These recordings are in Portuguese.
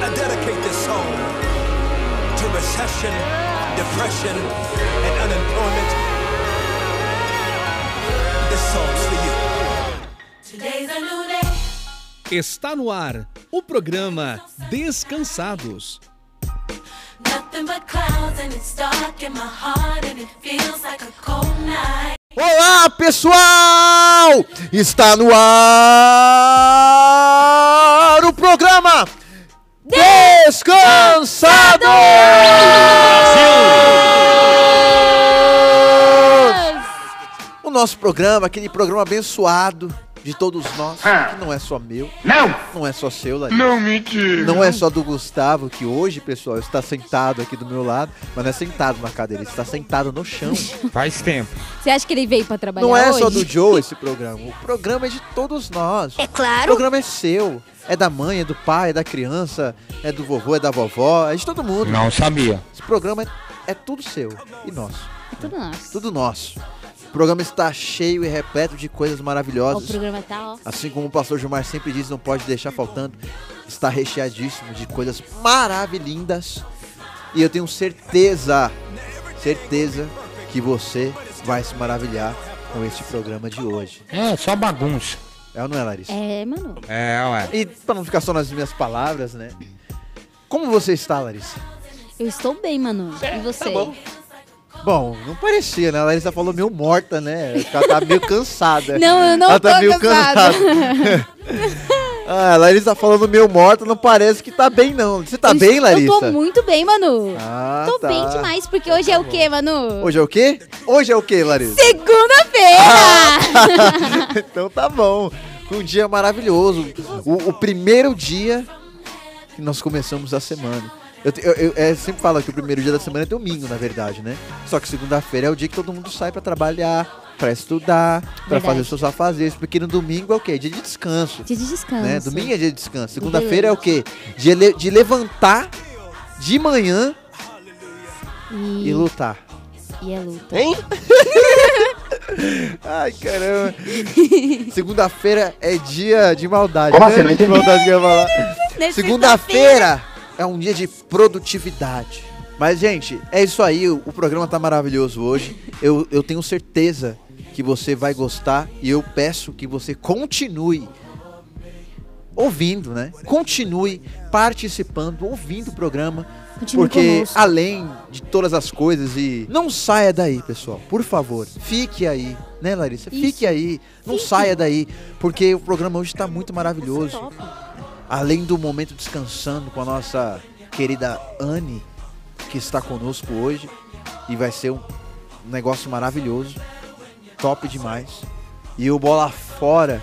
I dedicate this song to recession, depression, and unemployment. This song's for you. Today's a new day. Está no ar o programa Descansados. Olá, pessoal! Está no ar o programa Descansados! O nosso programa, aquele programa abençoado de todos nós, que não é só meu, não é só seu, Larissa. Não, mentira. Não é só do Gustavo, que hoje, pessoal, está sentado aqui do meu lado, mas não é sentado na cadeira, ele está sentado no chão. Faz tempo. Você acha que ele veio pra trabalhar Não é hoje? só do Joe esse programa, o programa é de todos nós. É claro. O programa é seu, é da mãe, é do pai, é da criança, é do vovô, é da vovó, é de todo mundo. Não sabia. Esse programa é tudo seu e nosso. É tudo nosso. Tudo nosso. O programa está cheio e repleto de coisas maravilhosas. O programa tá, ó. Assim como o pastor Gilmar sempre diz, não pode deixar faltando. Está recheadíssimo de coisas maravilhindas. E eu tenho certeza que você vai se maravilhar com este programa de hoje. É, só bagunça. É ou não é, Larissa? É, mano. É, ué. E para não ficar só nas minhas palavras, né? Como você está, Larissa? Eu estou bem, mano. E você? Tá bom. Bom, não parecia, né? A Larissa falou meio morta, né? Ela tá meio cansada. Não, eu não Ela tô tá meio cansada. Ah, a Larissa falando meio morta, não parece que tá bem, não. Você tá bem, Larissa? Eu tô muito bem, mano. Ah, Tô tá. bem demais, porque hoje é o quê, mano? Hoje é o quê? Hoje é o quê, Larissa? Segunda-feira! Então tá bom. Um dia maravilhoso. O primeiro dia que nós começamos a semana. Eu sempre falo que o primeiro dia da semana é domingo, na verdade, né? Só que segunda-feira é o dia que todo mundo sai pra trabalhar, pra estudar, pra Verdade. fazer os seus afazeres. Porque no domingo é o quê? Dia de descanso. Dia de descanso. Né? Domingo é dia de descanso. Segunda-feira é o quê? De levantar de manhã e lutar. E é luta. Hein? Ai, caramba. Segunda-feira é dia de maldade. Como né? assim? Não entendi. De maldade que eu ia falar. Nesse Segunda-feira é um dia de produtividade. Mas, gente, é isso aí. O programa tá maravilhoso hoje. Eu tenho certeza que você vai gostar. E eu peço que você continue ouvindo, né? Continue participando, ouvindo o programa. Continue Porque conosco. além de todas as coisas e... Não saia daí, pessoal. Por favor, fique aí. Né, Larissa? Isso. Fique aí. Não saia daí. Porque o programa hoje tá muito maravilhoso. Top. Além do momento descansando com a nossa querida Anne, que está conosco hoje. E vai ser um negócio maravilhoso. Top demais. E o Bola Fora,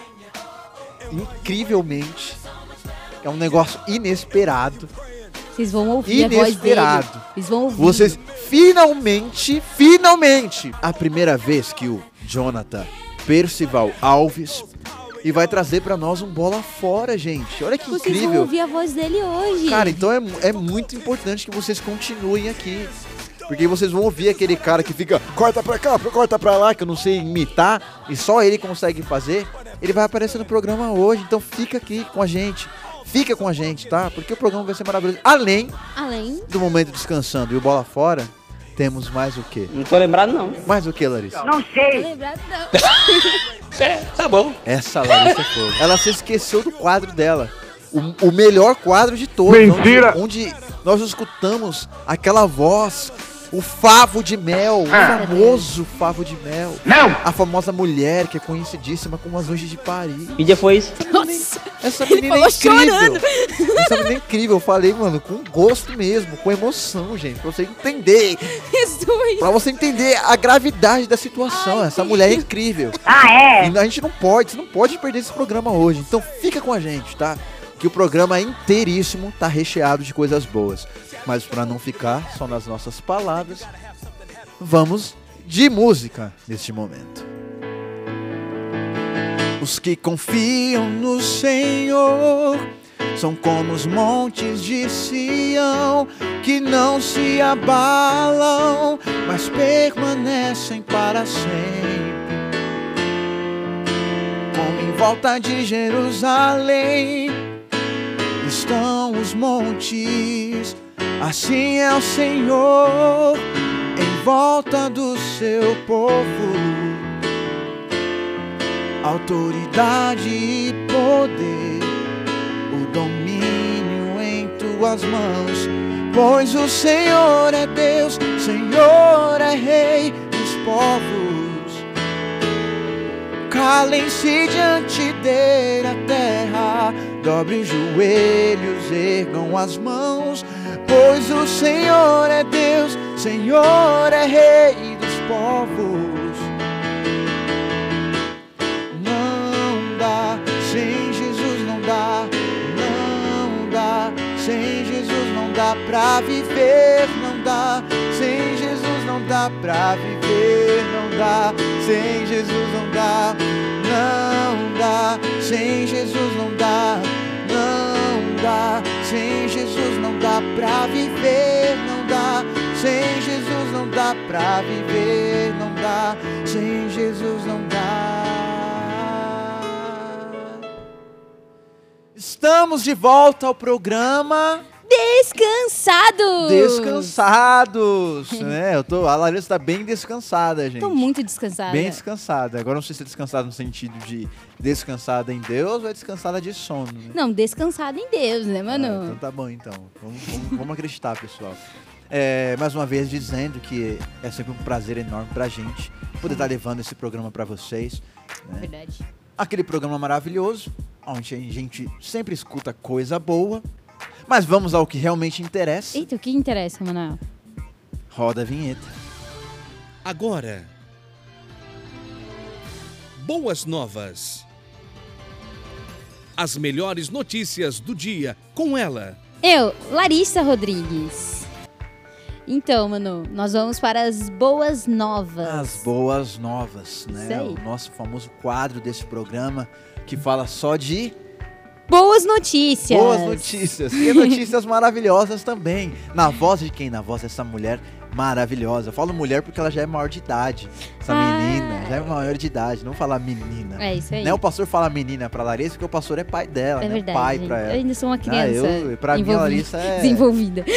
incrivelmente, é um negócio inesperado. Vocês vão ouvir a voz dele. Inesperado. Vocês vão ouvir. Vocês finalmente, a primeira vez que o Jonathan Percival Alves e vai trazer pra nós um Bola Fora, gente. Olha que Vocês vão incrível. ouvir a voz dele hoje. Cara, então é muito importante que vocês continuem aqui. Porque vocês vão ouvir aquele cara que fica corta pra cá, corta pra lá, que eu não sei imitar, e só ele consegue fazer. Ele vai aparecer no programa hoje, então fica aqui com a gente. Fica com a gente, tá? Porque o programa vai ser maravilhoso. Além do momento descansando e o Bola Fora, temos mais o quê? Não tô lembrado, não. Mais o quê, Larissa? Não sei. Lembrado não. Tá bom. Essa Larissa foi. Ela se esqueceu do quadro dela. O melhor quadro de todos. Mentira! Onde nós escutamos aquela voz, o favo de mel, o famoso favo de mel. Não! A famosa mulher que é conhecidíssima como as Anjos de Paris. Que dia foi isso? Nossa. Essa menina é falou incrível. chorando. Essa menina é incrível. Eu falei, mano, com gosto mesmo, com emoção, gente. Pra você entender. Jesus. Pra você entender a gravidade da situação. Essa mulher é incrível. Ah, é? E a gente você não pode perder esse programa hoje. Então fica com a gente, tá? Que o programa inteiríssimo tá recheado de coisas boas. Mas pra não ficar só nas nossas palavras, vamos de música neste momento. Os que confiam no Senhor são como os montes de Sião, que não se abalam, mas permanecem para sempre. Como em volta de Jerusalém estão os montes. Assim é o Senhor em volta do seu povo. Autoridade e poder, o domínio em tuas mãos. Pois o Senhor é Deus, Senhor é Rei dos povos. Calem-se diante dele a terra, dobre os joelhos, ergam as mãos. Pois o Senhor é Deus, Senhor é Rei dos povos. Não dá, sem Jesus não dá. Não dá, sem Jesus não dá pra viver. Não dá, sem Jesus não dá pra viver. Não dá, sem Jesus não dá. Não dá, sem Jesus não dá. Não dá, sem Jesus não dá pra viver. Não dá, sem Jesus não dá pra viver. Não dá, sem Jesus não dá. Estamos de volta ao programa Descansados! Descansados, né? A Larissa tá bem descansada, gente. Tô muito descansada. Bem descansada. Agora não sei se é descansada no sentido de descansada em Deus ou é descansada de sono, né? Não, descansada em Deus, né, mano? Então tá bom, então. Vamos acreditar, pessoal. Mais uma vez dizendo que é sempre um prazer enorme pra gente poder estar levando esse programa pra vocês, né? Verdade. Aquele programa maravilhoso, onde a gente sempre escuta coisa boa. Mas vamos ao que realmente interessa. Eita, o que interessa, Manuel? Roda a vinheta. Agora, boas novas. As melhores notícias do dia com ela. Eu, Larissa Rodrigues. Então, Manu, nós vamos para as boas novas. As boas novas, né? Isso aí. O nosso famoso quadro desse programa que fala só de Boas notícias. boas notícias. E notícias maravilhosas também. Na voz de quem? Na voz dessa mulher maravilhosa. Eu falo mulher porque ela já é maior de idade. Essa menina já é maior de idade. Não falar menina. É isso aí. Né? O pastor fala menina pra Larissa porque o pastor é pai dela, É né? verdade. O pai pra ela. Eu ainda sou uma criança. Pra mim, a Larissa é... desenvolvida.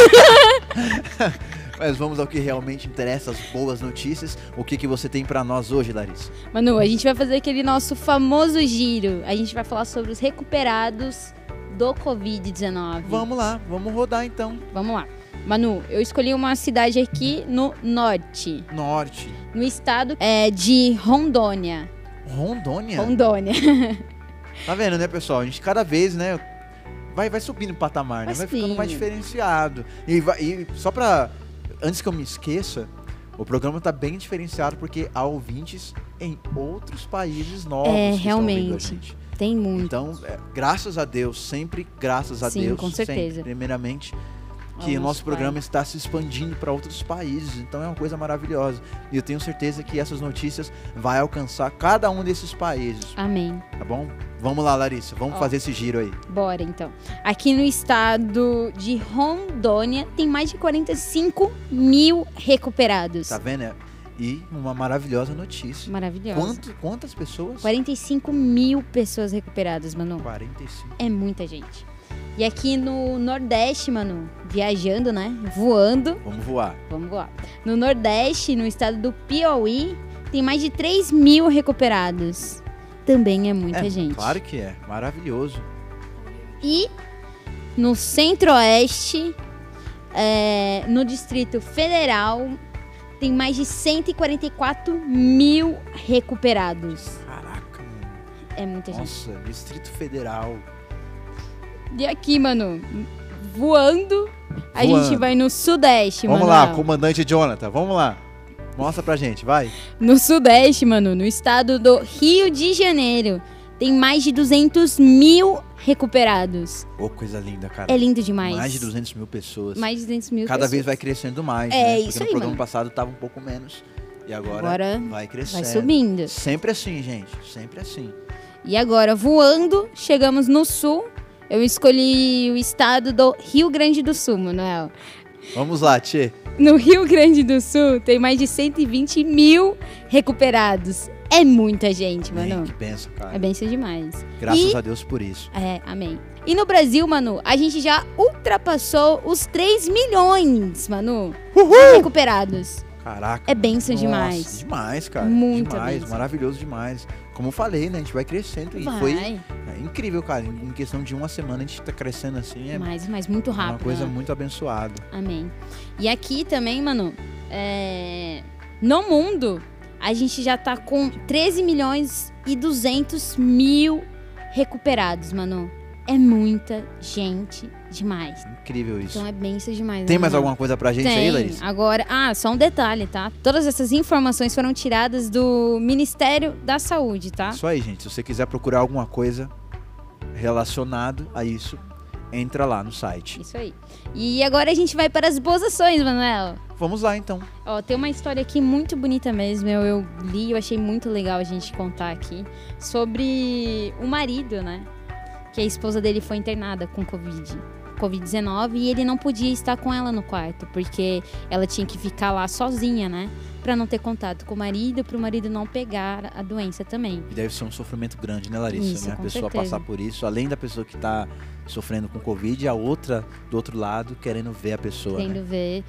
Mas vamos ao que realmente interessa, as boas notícias. O que você tem pra nós hoje, Larissa? Manu, a gente vai fazer aquele nosso famoso giro. A gente vai falar sobre os recuperados do Covid-19. Vamos lá, vamos rodar então. Vamos lá. Manu, eu escolhi uma cidade aqui no norte. Norte. No estado de Rondônia. Rondônia? Rondônia. Tá vendo, né, pessoal? A gente cada vez, né, vai subindo o patamar, né? Vai ficando mais subindo. diferenciado. E só pra... Antes que eu me esqueça, o programa tá bem diferenciado porque há ouvintes em outros países novos que estão ouvindo a realmente. gente. Tem muito. Então, graças a Deus, sempre graças a Sim, Deus, com certeza. sempre, primeiramente, que Ao o nosso nosso programa Pai. está se expandindo para outros países. Então é uma coisa maravilhosa. E eu tenho certeza que essas notícias vai alcançar cada um desses países, Amém. tá bom? Vamos lá, Larissa, vamos fazer esse giro aí. Bora, então. Aqui no estado de Rondônia, tem mais de 45 mil recuperados. Tá vendo? E uma maravilhosa notícia. Maravilhosa. Quantas pessoas? 45 mil pessoas recuperadas, Manu. 45. É muita gente. E aqui no Nordeste, Manu, viajando, né? Voando. Vamos voar. Vamos voar. No Nordeste, no estado do Piauí, tem mais de 3 mil recuperados. Também é muita gente. Claro que é. Maravilhoso. E no Centro-Oeste, no Distrito Federal, tem mais de 144 mil recuperados. Caraca, mano. É muita gente. Nossa, Distrito Federal. E aqui, mano, voando, a Voando. gente vai no Sudeste, Vamos Manuel. lá, comandante Jonathan. Vamos lá. Mostra pra gente, vai. No Sudeste, mano, no estado do Rio de Janeiro, tem mais de 200 mil recuperados. Ô, coisa linda, cara. É lindo demais. Mais de 200 mil pessoas. Mais de 200 mil Cada pessoas. vez vai crescendo mais, É, né? isso Porque no aí, programa mano. passado tava um pouco menos. E agora vai crescendo. vai subindo. Sempre assim, gente. Sempre assim. E agora, voando, chegamos no Sul. Eu escolhi o estado do Rio Grande do Sul, Manuel. Vamos lá, Tchê. No Rio Grande do Sul, tem mais de 120 mil recuperados. É muita gente, Bem, Manu. que benção, cara. É benção demais. Graças E- a Deus por isso. Amém. E no Brasil, Manu, a gente já ultrapassou os 3 milhões, Manu, de recuperados. Caraca. É bênção Nossa, demais. Demais, cara. Muita demais, bênção. maravilhoso demais. Como eu falei, né? A gente vai crescendo e foi incrível, cara. Em questão de uma semana a gente tá crescendo assim. É Mas muito rápido. uma coisa né? muito abençoada. Amém. E aqui também, Manu, no mundo, a gente já tá com 13 milhões e 200 mil recuperados, Manu. É muita gente demais. Incrível isso. Então é bênção demais. Tem né, mais Manu? alguma coisa pra gente Tem. aí, Larissa? Agora, só um detalhe, tá? Todas essas informações foram tiradas do Ministério da Saúde, tá? Isso aí, gente. Se você quiser procurar alguma coisa relacionado a isso, entra lá no site. Isso aí. E agora a gente vai para as boas ações, Manuel. Vamos lá, então. Ó, tem uma história aqui muito bonita mesmo. Eu li, eu achei muito legal a gente contar aqui sobre o marido, né? Que a esposa dele foi internada com Covid-19 e ele não podia estar com ela no quarto, porque ela tinha que ficar lá sozinha, né? Pra não ter contato com o marido, pro marido não pegar a doença também. E deve ser um sofrimento grande, né, Larissa? Isso, né? A com pessoa certeza. passar por isso, além da pessoa que tá sofrendo com Covid, a outra do outro lado querendo ver a pessoa. Querendo Né? ver.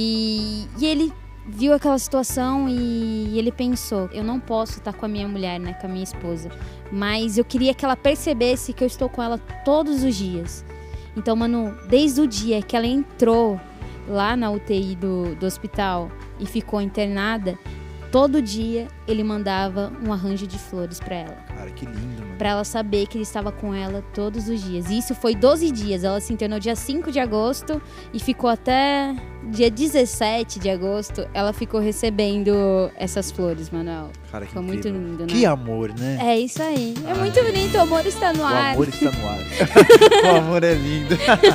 E ele viu aquela situação e ele pensou, eu não posso estar com a minha mulher, né, com a minha esposa, mas eu queria que ela percebesse que eu estou com ela todos os dias. Então, Manu, desde o dia que ela entrou lá na UTI do hospital e ficou internada, todo dia ele mandava um arranjo de flores para ela. Cara, que lindo, mano. Pra ela saber que ele estava com ela todos os dias. E isso foi 12 dias. Ela se internou dia 5 de agosto e ficou até dia 17 de agosto. Ela ficou recebendo essas flores, Manuel. Cara, que Foi muito incrível. lindo, né? Que amor, né? É isso aí. É muito bonito. O amor está no O ar. amor está no ar. O amor é lindo.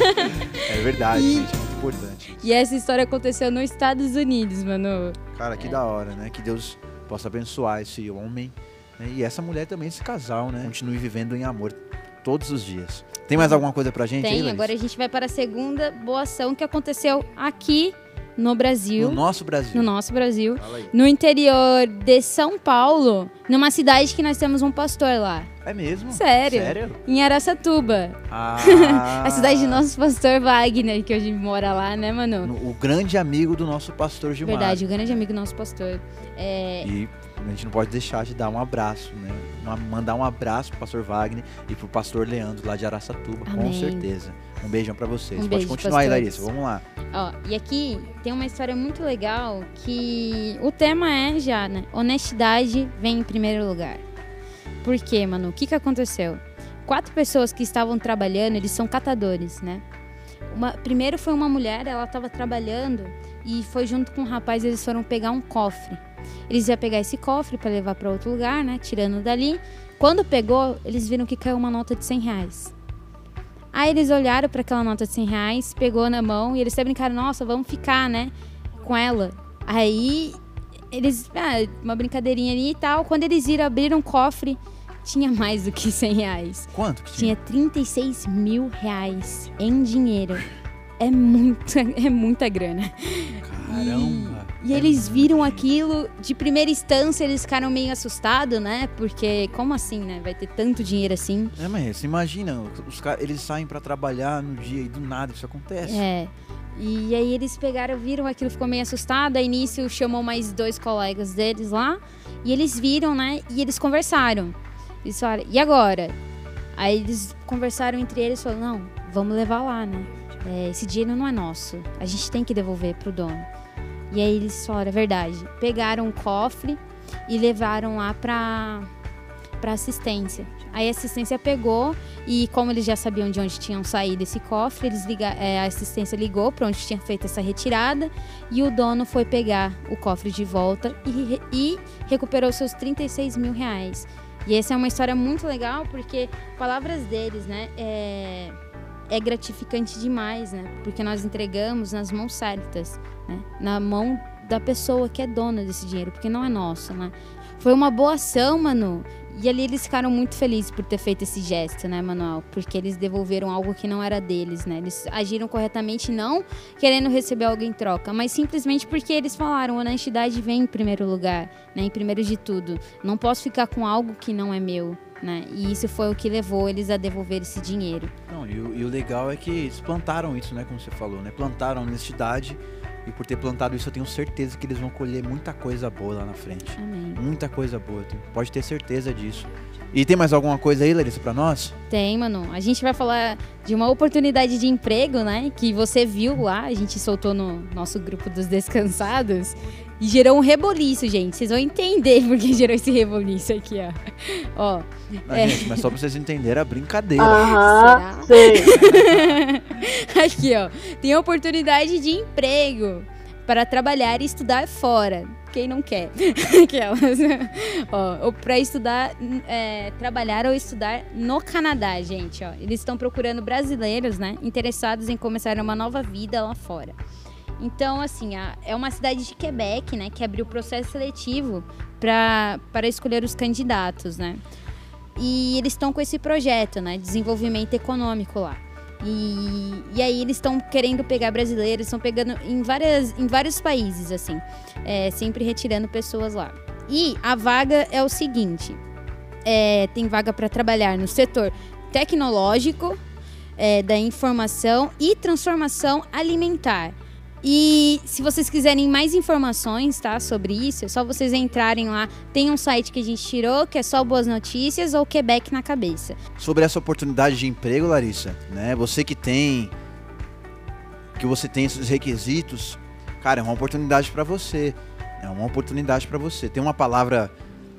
É verdade, gente. É muito importante. E essa história aconteceu nos Estados Unidos, Manu. Cara, que da hora, né? Que Deus possa abençoar esse homem, né? E essa mulher também, esse casal, né? Continue vivendo em amor todos os dias. Tem mais alguma coisa pra gente aí, Tem. Larissa? Agora a gente vai para a segunda boa ação que aconteceu aqui no Brasil. No nosso Brasil. No nosso Brasil. Fala aí. No interior de São Paulo, numa cidade que nós temos um pastor lá. É mesmo? Sério? Sério? Em Araçatuba. Ah, A cidade do nosso pastor Wagner, que hoje mora lá, né, Manu? O grande amigo do nosso pastor Gilmar. Verdade, o grande amigo do nosso pastor. E a gente não pode deixar de dar um abraço, né? Mandar um abraço pro pastor Wagner e pro pastor Leandro lá de Araçatuba, com Amém. certeza. Um beijão pra vocês. Um Pode beijo, continuar aí, pastores. Larissa. Vamos lá. Ó, e aqui tem uma história muito legal que o tema é já, né? Honestidade vem em primeiro lugar. Por quê, Manu? O que aconteceu? 4 pessoas que estavam trabalhando, eles são catadores, né? Primeiro foi uma mulher, ela estava trabalhando e foi junto com um rapaz, eles foram pegar um cofre. Eles iam pegar esse cofre para levar para outro lugar, né? Tirando dali. Quando pegou, eles viram que caiu uma nota de R$100. Aí eles olharam para aquela nota de R$100, pegou na mão e eles até brincaram, nossa, vamos ficar, né? Com ela. Aí eles, uma brincadeirinha ali e tal. Quando eles abriram o cofre, tinha mais do que R$100. Quanto que tinha? Tinha R$36 mil em dinheiro. É muita grana. Caramba. E eles viram aquilo, de primeira instância eles ficaram meio assustados, né? Porque como assim, né? Vai ter tanto dinheiro assim? É, mas você imagina, eles saem pra trabalhar no dia e do nada isso acontece. É. E aí eles viram aquilo, ficou meio assustado. Aí nisso chamou mais 2 colegas deles lá. E eles viram, né? E eles conversaram. Eles falaram, e agora? Aí eles conversaram entre eles e falaram, não, vamos levar lá, né? Esse dinheiro não é nosso. A gente tem que devolver pro dono. E aí eles falaram, é verdade. Pegaram o cofre e levaram lá pra assistência. Aí a assistência pegou e como eles já sabiam de onde tinham saído esse cofre, a assistência ligou para onde tinha feito essa retirada e o dono foi pegar o cofre de volta e recuperou seus R$36 mil. E essa é uma história muito legal porque palavras deles, né, é gratificante demais, né? Porque nós entregamos nas mãos certas, né? Na mão da pessoa que é dona desse dinheiro, porque não é nosso, né? Foi uma boa ação, Manu. E ali eles ficaram muito felizes por ter feito esse gesto, né, Manuel? Porque eles devolveram algo que não era deles, né? Eles agiram corretamente, não querendo receber algo em troca, mas simplesmente porque eles falaram, honestidade vem em primeiro lugar, né? Em primeiro de tudo. Não posso ficar com algo que não é meu, né? E isso foi o que levou eles a devolver esse dinheiro. Não, e o legal é que eles plantaram isso, né? Como você falou, né? Plantaram honestidade. E por ter plantado isso, eu tenho certeza que eles vão colher muita coisa boa lá na frente. Amém. Muita coisa boa. Pode ter certeza disso. E tem mais alguma coisa aí, Larissa, pra nós? Tem, mano. A gente vai falar de uma oportunidade de emprego, né? Que você viu lá, a gente soltou no nosso grupo dos descansados. E gerou um reboliço, gente. Vocês vão entender por que gerou esse reboliço aqui, ó. Gente, mas só pra vocês entenderem a brincadeira. Aham, sei. Aqui, ó. Tem oportunidade de emprego para trabalhar e estudar fora. Quem não quer? Aquelas. Ó, para estudar, trabalhar ou estudar no Canadá, gente, ó. Eles estão procurando brasileiros, né? Interessados em começar uma nova vida lá fora. Então, assim, é uma cidade de Quebec, né? Que abriu o processo seletivo para escolher os candidatos, né? E eles estão com esse projeto, né? Desenvolvimento econômico lá. E aí eles estão querendo pegar brasileiros, estão pegando em vários países, assim. Sempre retirando pessoas lá. E a vaga é o seguinte. Tem vaga para trabalhar no setor tecnológico, da informação e transformação alimentar. E se vocês quiserem mais informações, tá, sobre isso, é só vocês entrarem lá. Tem um site que a gente tirou, que é só Boas Notícias ou Quebec na Cabeça. Sobre essa oportunidade de emprego, Larissa, né? Você que você tem esses requisitos, cara, é uma oportunidade para você. É uma oportunidade para você. Tem uma palavra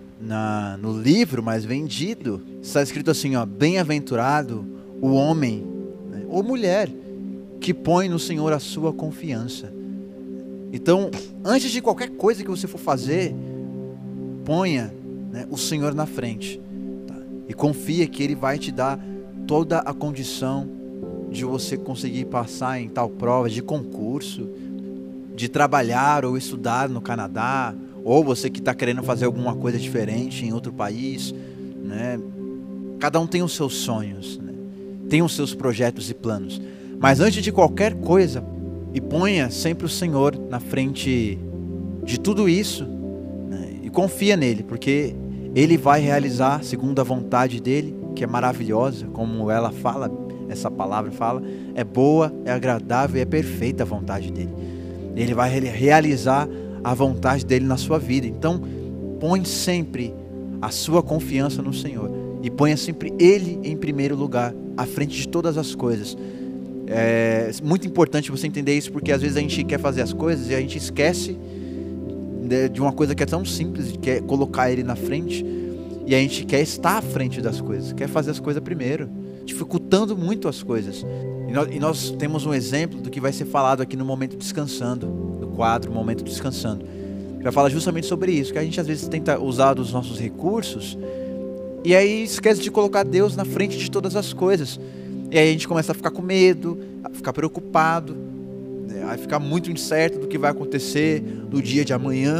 no livro, mas vendido, está escrito assim, ó: bem-aventurado o homem, né, ou mulher que põe no Senhor a sua confiança. Então, antes de qualquer coisa que você for fazer, ponha, né, o Senhor na frente, tá? E confia que Ele vai te dar toda a condição de você conseguir passar em tal prova de concurso, de trabalhar ou estudar no Canadá, ou você que está querendo fazer alguma coisa diferente em outro país, né? Cada um tem os seus sonhos, né? Tem os seus projetos e planos. Mas antes de qualquer coisa, e ponha sempre o Senhor na frente de tudo isso, né? E confia nele, porque Ele vai realizar segundo a vontade dEle, que é maravilhosa, como ela fala, essa palavra fala, é boa, é agradável e é perfeita a vontade dEle. Ele vai realizar a vontade dEle na sua vida. Então, põe sempre a sua confiança no Senhor e ponha sempre Ele em primeiro lugar, à frente de todas as coisas. É muito importante você entender isso, porque às vezes a gente quer fazer as coisas e a gente esquece de uma coisa que é tão simples, que é colocar Ele na frente, e a gente quer estar à frente das coisas, quer fazer as coisas primeiro, dificultando muito as coisas. E nós temos um exemplo do que vai ser falado aqui no Momento Descansando, no quadro Momento Descansando, que vai falar justamente sobre isso, que a gente às vezes tenta usar dos nossos recursos e aí esquece de colocar Deus na frente de todas as coisas. E aí a gente começa a ficar com medo, a ficar preocupado, né? A ficar muito incerto do que vai acontecer no dia de amanhã.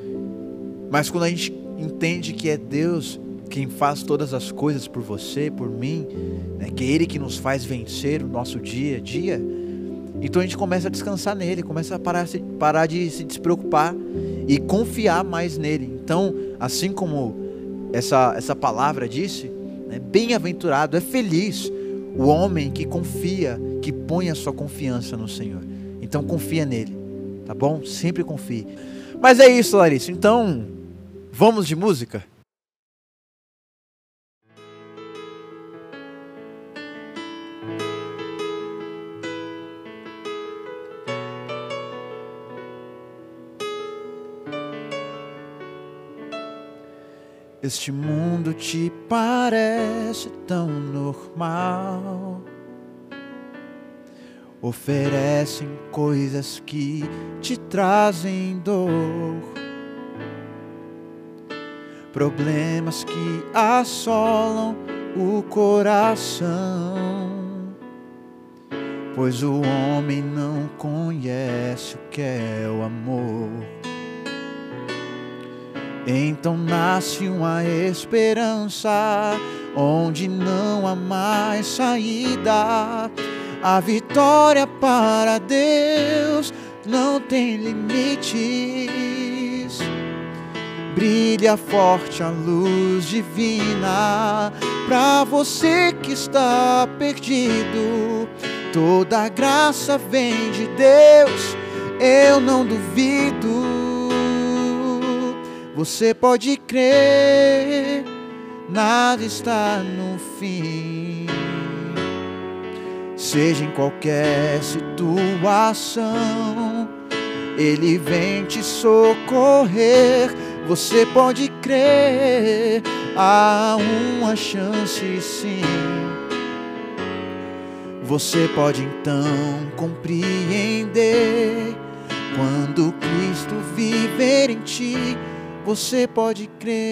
Mas quando a gente entende que é Deus quem faz todas as coisas por você, por mim, né? Que é Ele que nos faz vencer o nosso dia a dia, então a gente começa a descansar nele, começa a parar de se despreocupar e confiar mais nele. Então, assim como essa palavra disse, né? Bem-aventurado, é feliz o homem que confia, que põe a sua confiança no Senhor. Então confia nele, tá bom? Sempre confie. Mas é isso, Larissa. Então, vamos de música? Este mundo te parece tão normal. Oferecem coisas que te trazem dor, problemas que assolam o coração, pois o homem não conhece o que é o amor. Então nasce uma esperança onde não há mais saída. A vitória para Deus não tem limites. brilha forte a luz divina. Pra você que está perdido, toda a graça vem de Deus, eu não duvido. Você pode crer, nada está no fim. Seja em qualquer situação, Ele vem te socorrer. Você pode crer, há uma chance sim. Você pode então compreender, quando Cristo viver em ti, você pode crer.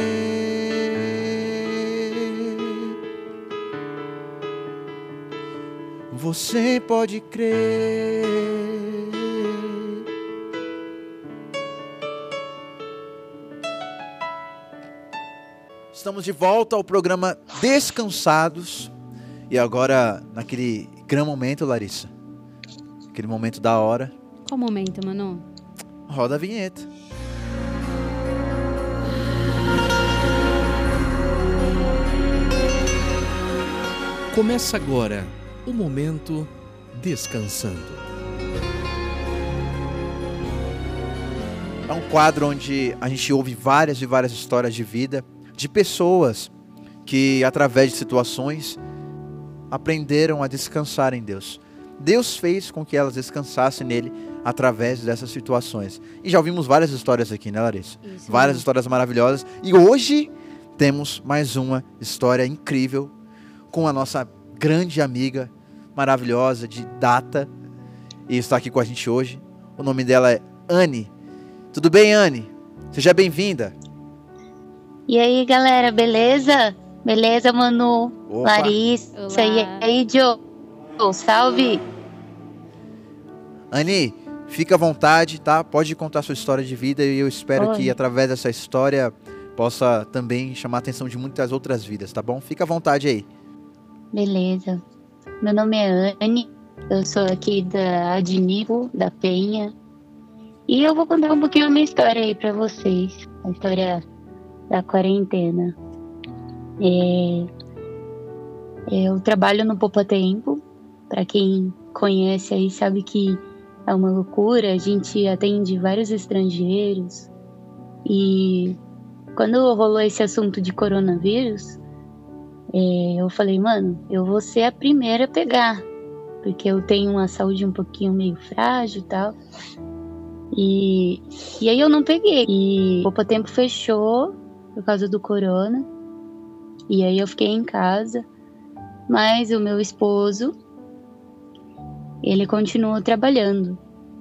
Você pode crer. Estamos de volta ao programa Descansados. E agora, naquele grande momento, Larissa. Aquele momento da hora. Qual momento, mano? Roda a vinheta. Começa agora o Momento Descansando. É um quadro onde a gente ouve várias e várias histórias de vida de pessoas que, através de situações, aprenderam a descansar em Deus. Deus fez com que elas descansassem nele através dessas situações. E já ouvimos várias histórias aqui, né, Larissa? Isso, várias histórias maravilhosas. E hoje temos mais uma história incrível com a nossa grande amiga maravilhosa de data. E está aqui com a gente hoje. O nome dela é Anne. Tudo bem, Anne? Seja bem-vinda. E aí, galera, beleza? Beleza, Manu? Opa. Larissa, Olá. e aí, Joe? Salve! Anne, fica à vontade, tá? Pode contar sua história de vida e eu espero Oi. que através dessa história possa também chamar a atenção de muitas outras vidas, tá bom? Fica à vontade aí. Beleza. Meu nome é Anne, eu sou aqui da Adnivo, da Penha. E eu vou contar um pouquinho a minha história aí pra vocês. A história da quarentena. Eu trabalho no Poupa Tempo. Pra quem conhece aí sabe que é uma loucura. A gente atende vários estrangeiros. E quando rolou esse assunto de coronavírus, eu falei, mano, eu vou ser a primeira a pegar. Porque eu tenho uma saúde um pouquinho meio frágil e tal. E aí eu não peguei. E o Poupa Tempo fechou por causa do corona. E aí eu fiquei em casa. Mas o meu esposo, ele continuou trabalhando.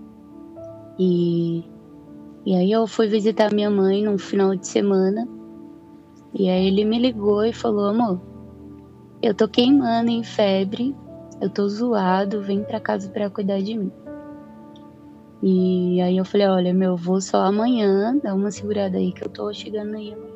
E aí eu fui visitar minha mãe no final de semana. E aí ele me ligou e falou, amor, eu tô queimando em febre, eu tô zoado, vem pra casa pra cuidar de mim. E aí eu falei, olha, eu vou só amanhã, dá uma segurada aí que eu tô chegando aí amanhã.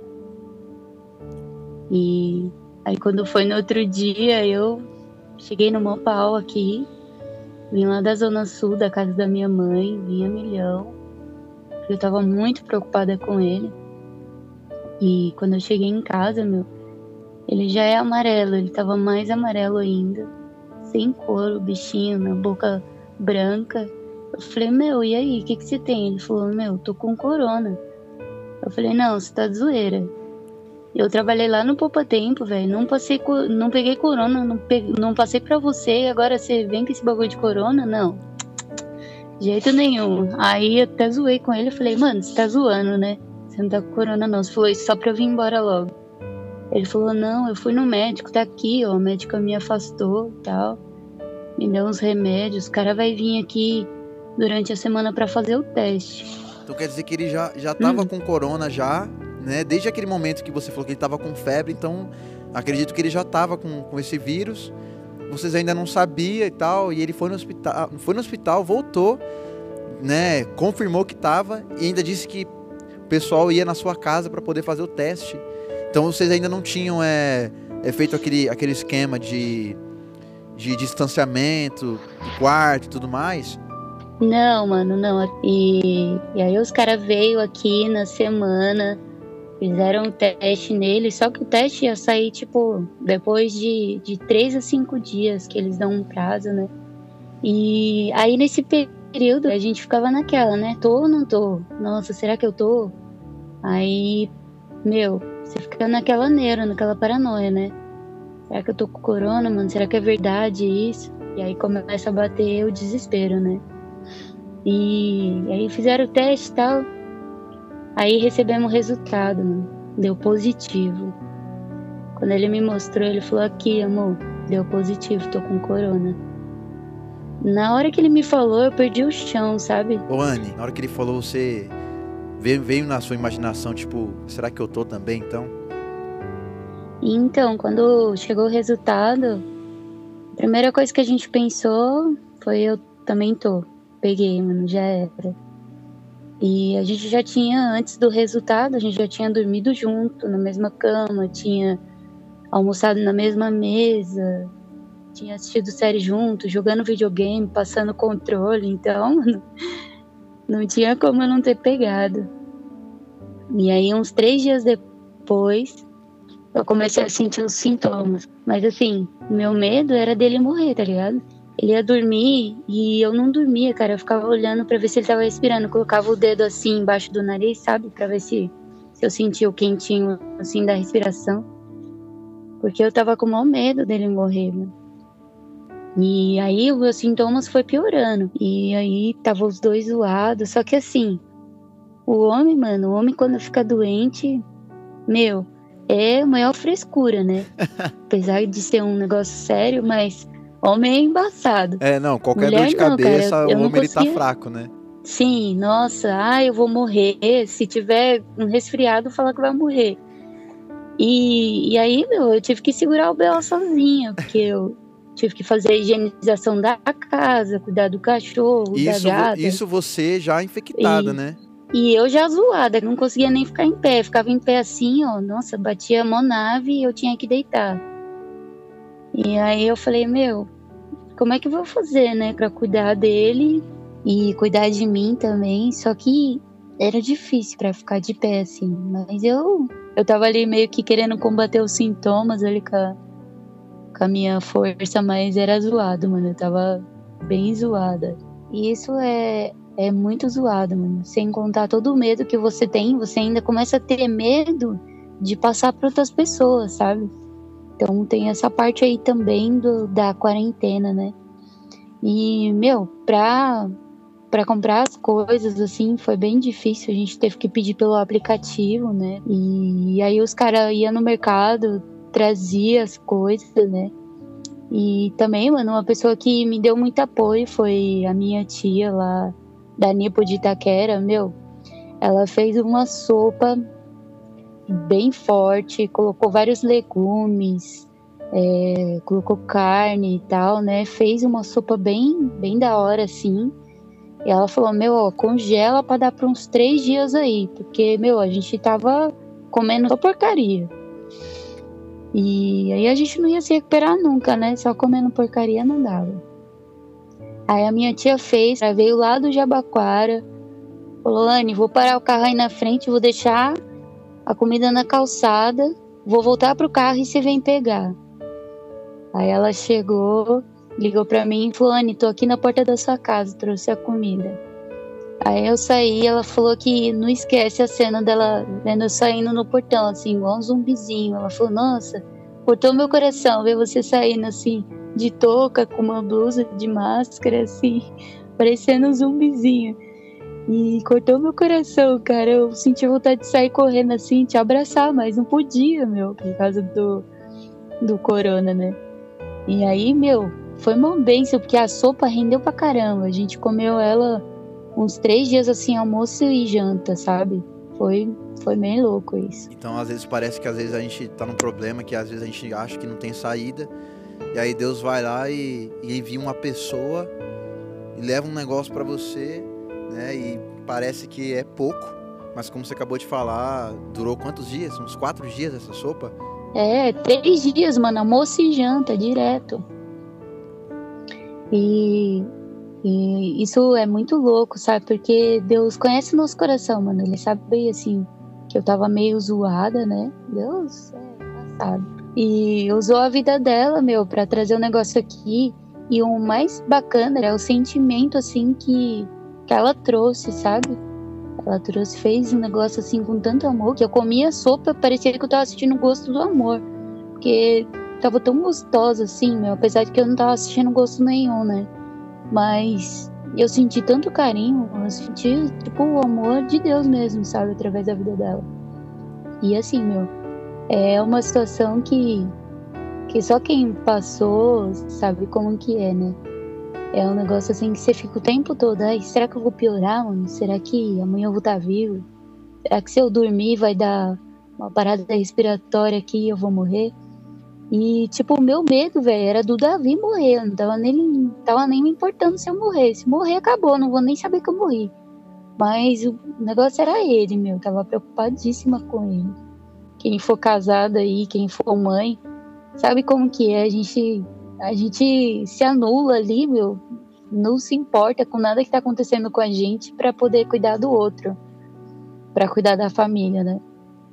E aí quando foi no outro dia, eu cheguei no Mopau aqui, vim lá da Zona Sul, da casa da minha mãe, vim a milhão, porque eu tava muito preocupada com ele. E quando eu cheguei em casa, ele já é amarelo, ele tava mais amarelo ainda, sem cor, o bichinho, na boca branca. Eu falei, e aí, o que você tem? Ele falou, tô com corona. Eu falei, não, você tá de zoeira. Eu trabalhei lá no Poupa Tempo, velho, não peguei corona, não passei pra você, e agora você vem com esse bagulho de corona? Não, jeito nenhum. Aí eu até zoei com ele, eu falei, mano, você tá zoando, né? Você não tá com corona não, você falou isso só pra eu vir embora logo. Ele falou, não, eu fui no médico, tá aqui, ó, o médico me afastou e tal, me deu uns remédios, o cara vai vir aqui durante a semana pra fazer o teste. Então quer dizer que ele já tava com corona já, né? Desde aquele momento que você falou que ele tava com febre, então acredito que ele já tava com esse vírus. Vocês ainda não sabiam e tal, e ele foi no hospital, voltou, né? Confirmou que tava e ainda disse que o pessoal ia na sua casa para poder fazer o teste. Então vocês ainda não tinham feito aquele esquema de distanciamento do quarto e tudo mais? Não, mano, não. E aí os caras veio aqui na semana, Fizeram um teste nele, só que o teste ia sair, tipo, depois de 3 a 5 dias, que eles dão um prazo, né? E aí, nesse período, a gente ficava naquela, né? Tô ou não tô? Nossa, será que eu tô? Aí, meu, você fica naquela neura, naquela paranoia, né? Será que eu tô com corona, mano? Será que é verdade isso? E aí começa a bater o desespero, né? E aí fizeram o teste e tal. Aí recebemos o resultado, mano. Deu positivo. Quando ele me mostrou, ele falou: aqui, amor, deu positivo, tô com corona. Na hora que ele me falou, eu perdi o chão, sabe? Ô, Anne, na hora que ele falou, você veio na sua imaginação, tipo, será que eu tô também, então? E então, quando chegou o resultado, a primeira coisa que a gente pensou foi: eu também tô. Peguei, mano, já era. E a gente já tinha, antes do resultado, a gente já tinha dormido junto, na mesma cama, tinha almoçado na mesma mesa, tinha assistido série junto, jogando videogame, passando controle, então, mano, não tinha como eu não ter pegado. E aí, uns 3 dias depois, eu comecei a sentir os sintomas. Mas assim, meu medo era dele morrer, tá ligado? Ele ia dormir e eu não dormia, cara. Eu ficava olhando pra ver se ele tava respirando. Eu colocava o dedo assim embaixo do nariz, sabe? Pra ver se eu sentia o quentinho, assim, da respiração. Porque eu tava com o maior medo dele morrer, mano. E aí, os meus sintomas foi piorando. E aí, tava os dois zoados. Só que assim, o homem, mano, o homem quando fica doente, meu, é a maior frescura, né? Apesar de ser um negócio sério, mas homem é embaçado. É, não, qualquer Mulher dor de não, cabeça, cara, eu o não homem ele tá conseguia. fraco, né? Sim, nossa, eu vou morrer. Se tiver um resfriado, fala que vai morrer. E aí, meu, eu tive que segurar o B.O. sozinha, porque eu tive que fazer a higienização da casa, cuidar do cachorro, da gata. Isso você já infectada, né? E eu já zoada, não conseguia nem ficar em pé. Ficava em pé assim, ó, nossa, batia a mó nave e eu tinha que deitar. E aí eu falei, meu, como é que eu vou fazer, né, pra cuidar dele e cuidar de mim também? Só que era difícil pra ficar de pé, assim. Mas eu tava ali meio que querendo combater os sintomas ali com a minha força, mas era zoado, mano. Eu tava bem zoada. E isso é muito zoado, mano. Sem contar todo o medo que você tem, você ainda começa a ter medo de passar para outras pessoas, sabe? Então tem essa parte aí também da quarentena, né? E, meu, pra comprar as coisas, assim, foi bem difícil. A gente teve que pedir pelo aplicativo, né? E aí os caras iam no mercado, trazia as coisas, né? E também, mano, uma pessoa que me deu muito apoio foi a minha tia lá da Nipo de Itaquera, meu. Ela fez uma sopa bem forte, colocou vários legumes, colocou carne e tal, né? Fez uma sopa bem da hora, assim. E ela falou, meu, ó, congela pra dar pra uns 3 dias aí, porque, meu, a gente tava comendo só porcaria. E aí a gente não ia se recuperar nunca, né? Só comendo porcaria não dava. Aí a minha tia fez, ela veio lá do Jabaquara, falou, Anne, vou parar o carro aí na frente, vou deixar a comida na calçada, vou voltar pro carro e você vem pegar. Aí ela chegou, ligou pra mim e falou, Anne, tô aqui na porta da sua casa, trouxe a comida. Aí eu saí, ela falou que não esquece a cena dela vendo eu saindo no portão, assim, igual um zumbizinho. Ela falou, nossa, cortou meu coração ver você saindo assim, de touca, com uma blusa de máscara, assim, parecendo um zumbizinho. E cortou meu coração, cara. Eu senti vontade de sair correndo assim, te abraçar, mas não podia, meu, por causa do corona, né? E aí, meu, foi uma bênção, porque a sopa rendeu pra caramba. A gente comeu ela uns 3 dias assim, almoço e janta, sabe? Foi bem louco isso. Então, às vezes, parece que às vezes a gente tá num problema que às vezes a gente acha que não tem saída. E aí Deus vai lá e envia uma pessoa e leva um negócio pra você, né? E parece que é pouco, mas como você acabou de falar, durou quantos dias? Uns 4 dias essa sopa? 3 dias, mano, almoço e janta, direto. E isso é muito louco, sabe? Porque Deus conhece o nosso coração, mano. Ele sabe, assim, que eu tava meio zoada, né? Deus, passado. E usou a vida dela, meu, pra trazer o negócio aqui. E o mais bacana é o sentimento, assim, que ela trouxe, sabe? Ela trouxe, fez um negócio, assim, com tanto amor, que eu comia sopa, parecia que eu tava sentindo o gosto do amor. Porque tava tão gostosa, assim, meu, apesar de que eu não tava sentindo gosto nenhum, né? Mas eu senti tanto carinho, eu senti, tipo, o amor de Deus mesmo, sabe? Através da vida dela. E assim, meu, é uma situação que só quem passou sabe como que é, né? É um negócio assim que você fica o tempo todo, ai, será que eu vou piorar, mano? Será que amanhã eu vou estar vivo? Será que se eu dormir vai dar uma parada respiratória aqui e eu vou morrer? E, tipo, o meu medo, velho, era do Davi morrer. Eu não tava nem me importando se eu morrer. Se morrer, acabou, não vou nem saber que eu morri. Mas o negócio era ele, meu. Eu tava preocupadíssima com ele. Quem for casado aí, quem for mãe, sabe como que é? A gente se anula ali, meu. Não se importa com nada que tá acontecendo com a gente pra poder cuidar do outro. Pra cuidar da família, né?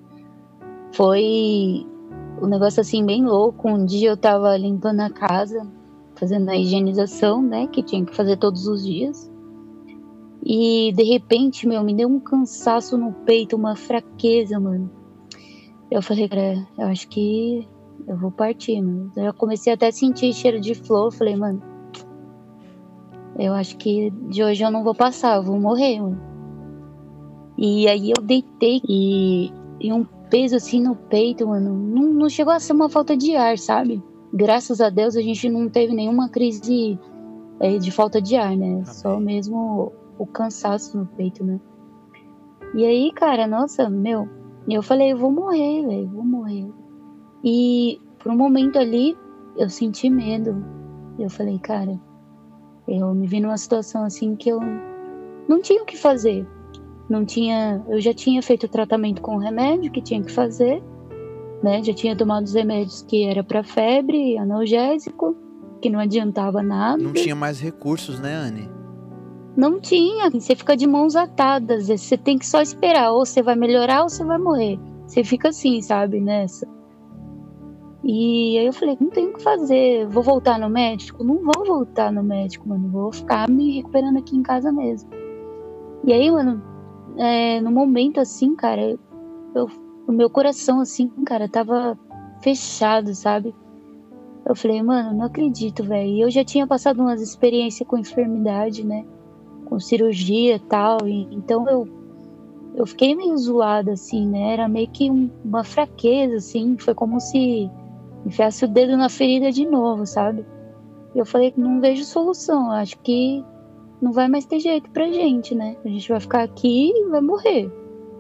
Foi um negócio assim bem louco. Um dia eu tava limpando a casa, fazendo a higienização, né? Que tinha que fazer todos os dias. E de repente, meu, me deu um cansaço no peito, uma fraqueza, mano. Eu falei, cara, eu acho que eu vou partir, mano. Eu comecei até a sentir cheiro de flor. Falei, mano, eu acho que de hoje eu não vou passar, eu vou morrer, mano. E aí eu deitei e um peso assim no peito, mano. Não chegou a ser uma falta de ar, sabe? Graças a Deus a gente não teve nenhuma crise de falta de ar, né? Amém. Só mesmo o cansaço no peito, né? E aí, cara, nossa, meu, eu falei, eu vou morrer, velho, vou morrer. E por um momento ali, eu senti medo. Eu falei, cara, eu me vi numa situação assim que eu não tinha o que fazer. Eu já tinha feito o tratamento com o remédio que tinha que fazer, né? Já tinha tomado os remédios que era para febre, analgésico, que não adiantava nada. Não tinha mais recursos, né, Anne? Não tinha, você fica de mãos atadas, você tem que só esperar, ou você vai melhorar ou você vai morrer. Você fica assim, sabe, nessa. E aí eu falei, não tenho o que fazer, vou voltar no médico? Não vou voltar no médico, mano, vou ficar me recuperando aqui em casa mesmo. E aí, mano, no momento assim, cara, o meu coração assim, cara, tava fechado, sabe? Eu falei, mano, não acredito, velho. E eu já tinha passado umas experiências com enfermidade, né? Com cirurgia e tal. Então eu fiquei meio zoada, assim, né? Era meio que uma fraqueza, assim. Foi como se enfiasse o dedo na ferida de novo, sabe? E eu falei, não vejo solução. Acho que não vai mais ter jeito pra gente, né? A gente vai ficar aqui e vai morrer.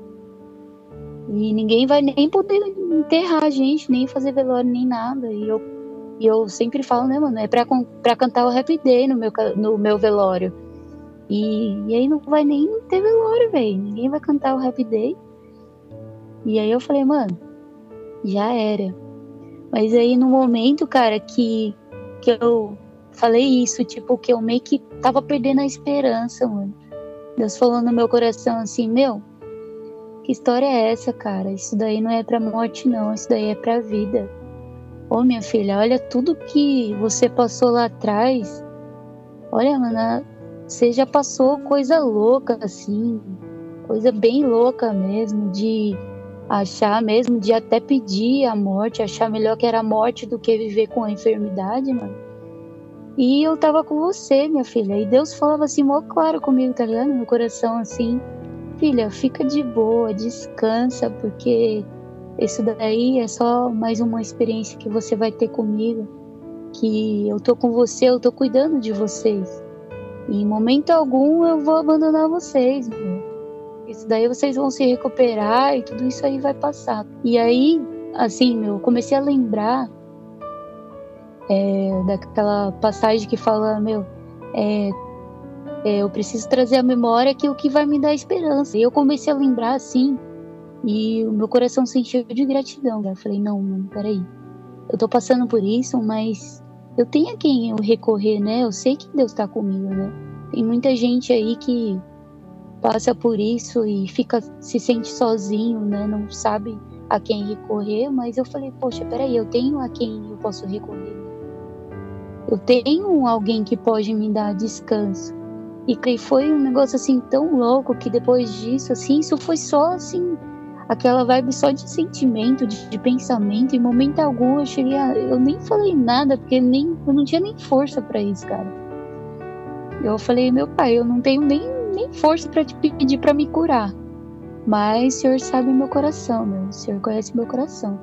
E ninguém vai nem poder enterrar a gente, nem fazer velório, nem nada. E eu sempre falo, né, mano? É pra cantar o Happy Day no meu velório. E aí não vai nem ter velório, velho. Ninguém vai cantar o Happy Day. E aí eu falei, mano, já era. Mas aí no momento, cara, que eu falei isso, tipo, que eu meio que tava perdendo a esperança, mano. Deus falou no meu coração assim, meu, que história é essa, cara? Isso daí não é pra morte, não. Isso daí é pra vida. Ô, minha filha, olha tudo que você passou lá atrás. Olha, mano, você já passou coisa louca, assim. Coisa bem louca mesmo, de achar mesmo, de até pedir a morte, achar melhor que era a morte do que viver com a enfermidade, mano. E eu tava com você, minha filha. E Deus falava assim, mó claro comigo, tá ligado? No meu coração, assim. Filha, fica de boa, descansa, porque isso daí é só mais uma experiência que você vai ter comigo. Que eu tô com você, eu tô cuidando de vocês. E em momento algum eu vou abandonar vocês, meu. Isso daí vocês vão se recuperar e tudo isso aí vai passar. E aí, assim, meu, eu comecei a lembrar daquela passagem que fala, meu, eu preciso trazer à memória que o que vai me dar esperança. E eu comecei a lembrar assim, e o meu coração se encheu de gratidão. Eu falei, não, mano, peraí. Eu tô passando por isso, mas eu tenho a quem eu recorrer, né? Eu sei que Deus tá comigo, né? Tem muita gente aí que passa por isso e se sente sozinho, né? Não sabe a quem recorrer, mas eu falei, poxa, peraí, eu tenho a quem eu posso recorrer. Eu tenho alguém que pode me dar descanso. E foi um negócio assim tão louco que depois disso, assim, isso foi só assim, aquela vibe só de sentimento, de pensamento. Em momento algum eu nem falei nada, porque eu não tinha nem força pra isso, cara. Eu falei, meu pai, eu não tenho nem força pra te pedir pra me curar. Mas o Senhor sabe meu coração, meu. O Senhor conhece meu coração.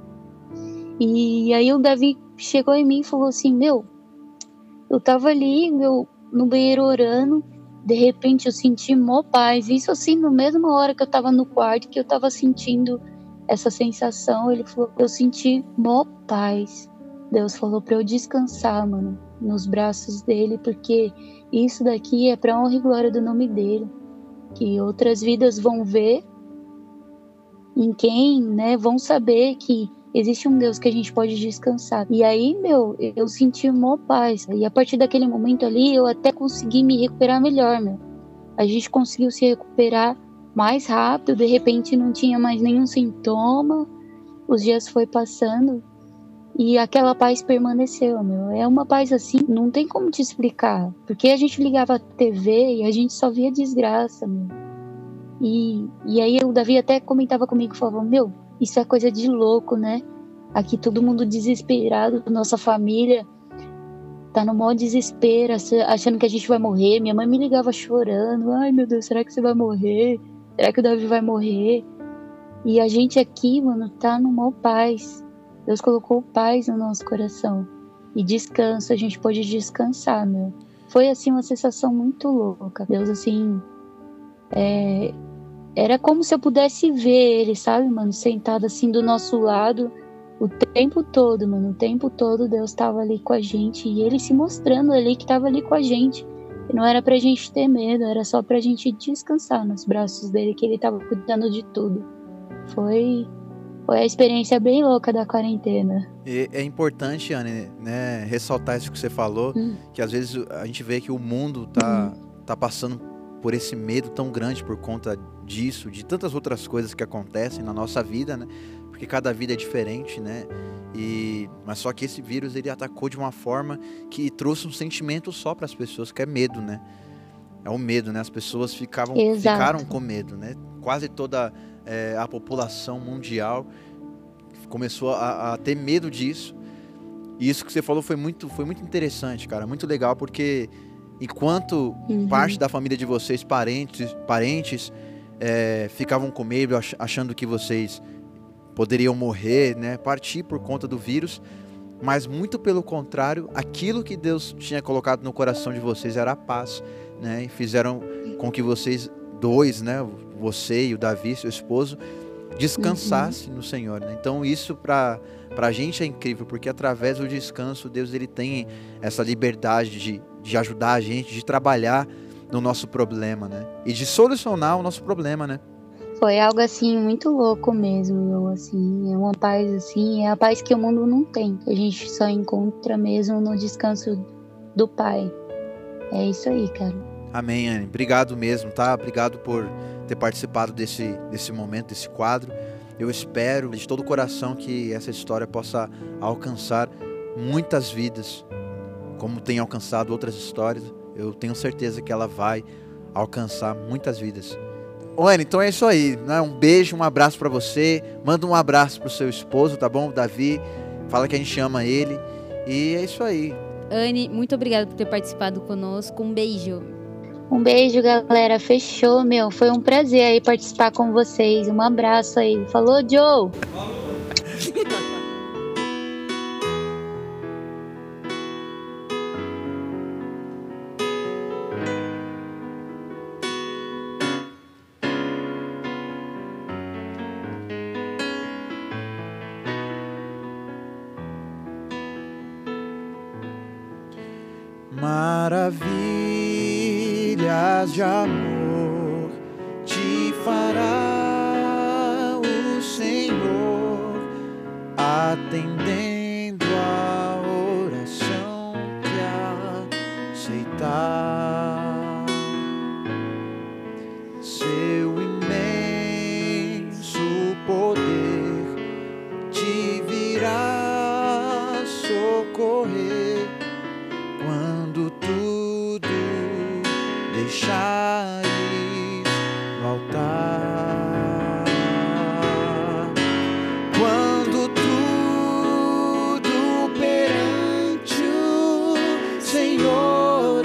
E aí o Davi chegou em mim e falou assim, meu, eu tava ali, no banheiro orando, de repente eu senti mó paz. Isso assim, na mesma hora que eu tava no quarto, que eu tava sentindo essa sensação, ele falou, eu senti mó paz. Deus falou pra eu descansar, mano, nos braços dele, porque isso daqui é pra honra e glória do nome dele. Que outras vidas vão ver em quem, né, vão saber que existe um Deus que a gente pode descansar. E aí, meu, eu senti mó paz. E a partir daquele momento ali, eu até consegui me recuperar melhor, meu. A gente conseguiu se recuperar mais rápido, de repente não tinha mais nenhum sintoma. Os dias foi passando e aquela paz permaneceu, meu. É uma paz assim, não tem como te explicar. Porque a gente ligava a TV e a gente só via desgraça, meu. E aí o Davi até comentava comigo, falava, meu, isso é coisa de louco, né? Aqui todo mundo desesperado, nossa família tá no maior desespero, achando que a gente vai morrer. Minha mãe me ligava chorando, ai meu Deus, será que você vai morrer? Será que o Davi vai morrer? E a gente aqui, mano, tá no maior paz. Deus colocou paz no nosso coração. E descanso, a gente pode descansar, meu. Foi assim uma sensação muito louca. Deus assim, era como se eu pudesse ver ele, sabe, mano? Sentado assim do nosso lado o tempo todo, mano. O tempo todo Deus tava ali com a gente. E ele se mostrando ali que tava ali com a gente. E não era pra gente ter medo, era só pra gente descansar nos braços dele, que ele tava cuidando de tudo. Foi a experiência bem louca da quarentena. E é importante, Anne, né, ressaltar isso que você falou, que às vezes a gente vê que o mundo tá passando por esse medo tão grande por conta disso, de tantas outras coisas que acontecem na nossa vida, né? Porque cada vida é diferente, né? Mas só que esse vírus, ele atacou de uma forma que trouxe um sentimento só para as pessoas, que é medo, né? É o medo, né? As pessoas ficaram com medo, né? Quase toda a população mundial começou a ter medo disso. E isso que você falou foi muito interessante, cara. Muito legal, porque enquanto parte da família de vocês, parentes ficavam com medo, achando que vocês poderiam morrer, né, partir por conta do vírus, mas muito pelo contrário, aquilo que Deus tinha colocado no coração de vocês era a paz, né, e fizeram com que vocês dois, né, você e o Davi, seu esposo, descansassem no Senhor, né? Então isso pra gente é incrível, porque através do descanso Deus, ele tem essa liberdade de ajudar a gente, de trabalhar no nosso problema, né, e de solucionar o nosso problema, né. Foi algo assim muito louco mesmo, assim, é uma paz assim, é a paz que o mundo não tem, que a gente só encontra mesmo no descanso do Pai. É isso aí, cara. Amém, Anne. Obrigado mesmo, tá? Obrigado por ter participado desse momento, desse quadro. Eu espero de todo o coração que essa história possa alcançar muitas vidas, como tem alcançado outras histórias. Eu tenho certeza que ela vai alcançar muitas vidas. Anne, então é isso aí, né? Um beijo, um abraço pra você. Manda um abraço pro seu esposo, tá bom? O Davi. Fala que a gente ama ele. E é isso aí. Anne, muito obrigada por ter participado conosco. Um beijo. Um beijo, galera. Fechou, meu. Foi um prazer aí participar com vocês. Um abraço aí. Falou, Joe! Maravilhas de amor te fará o Senhor, atendendo a oração que aceitar. deixares no altar. Quando tudo perante o Senhor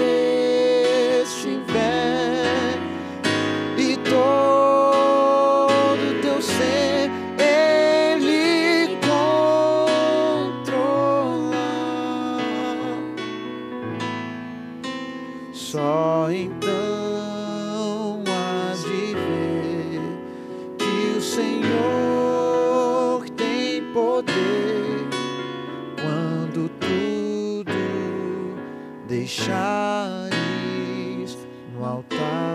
estiver e todo teu ser Ele controla, só então hás de ver que o Senhor tem poder quando tudo deixares no altar.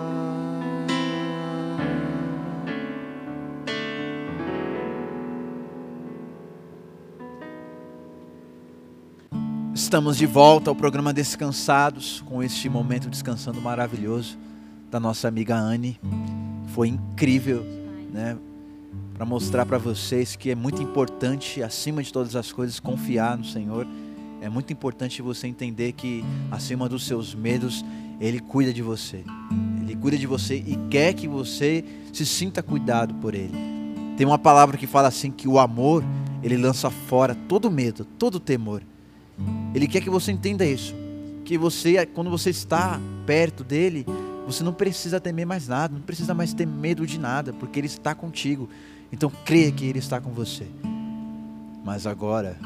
Estamos de volta ao programa Descansados, com este momento descansando maravilhoso da nossa amiga Anne. Foi incrível, né? Para mostrar para vocês que é muito importante, acima de todas as coisas, confiar no Senhor. É muito importante você entender que, acima dos seus medos, Ele cuida de você. Ele cuida de você e quer que você se sinta cuidado por Ele. Tem uma palavra que fala assim, que o amor, ele lança fora todo medo, todo temor. Ele quer que você entenda isso, que você, quando você está perto dele, você não precisa temer mais nada, não precisa mais ter medo de nada, porque Ele está contigo. Então creia que Ele está com você. Mas agora,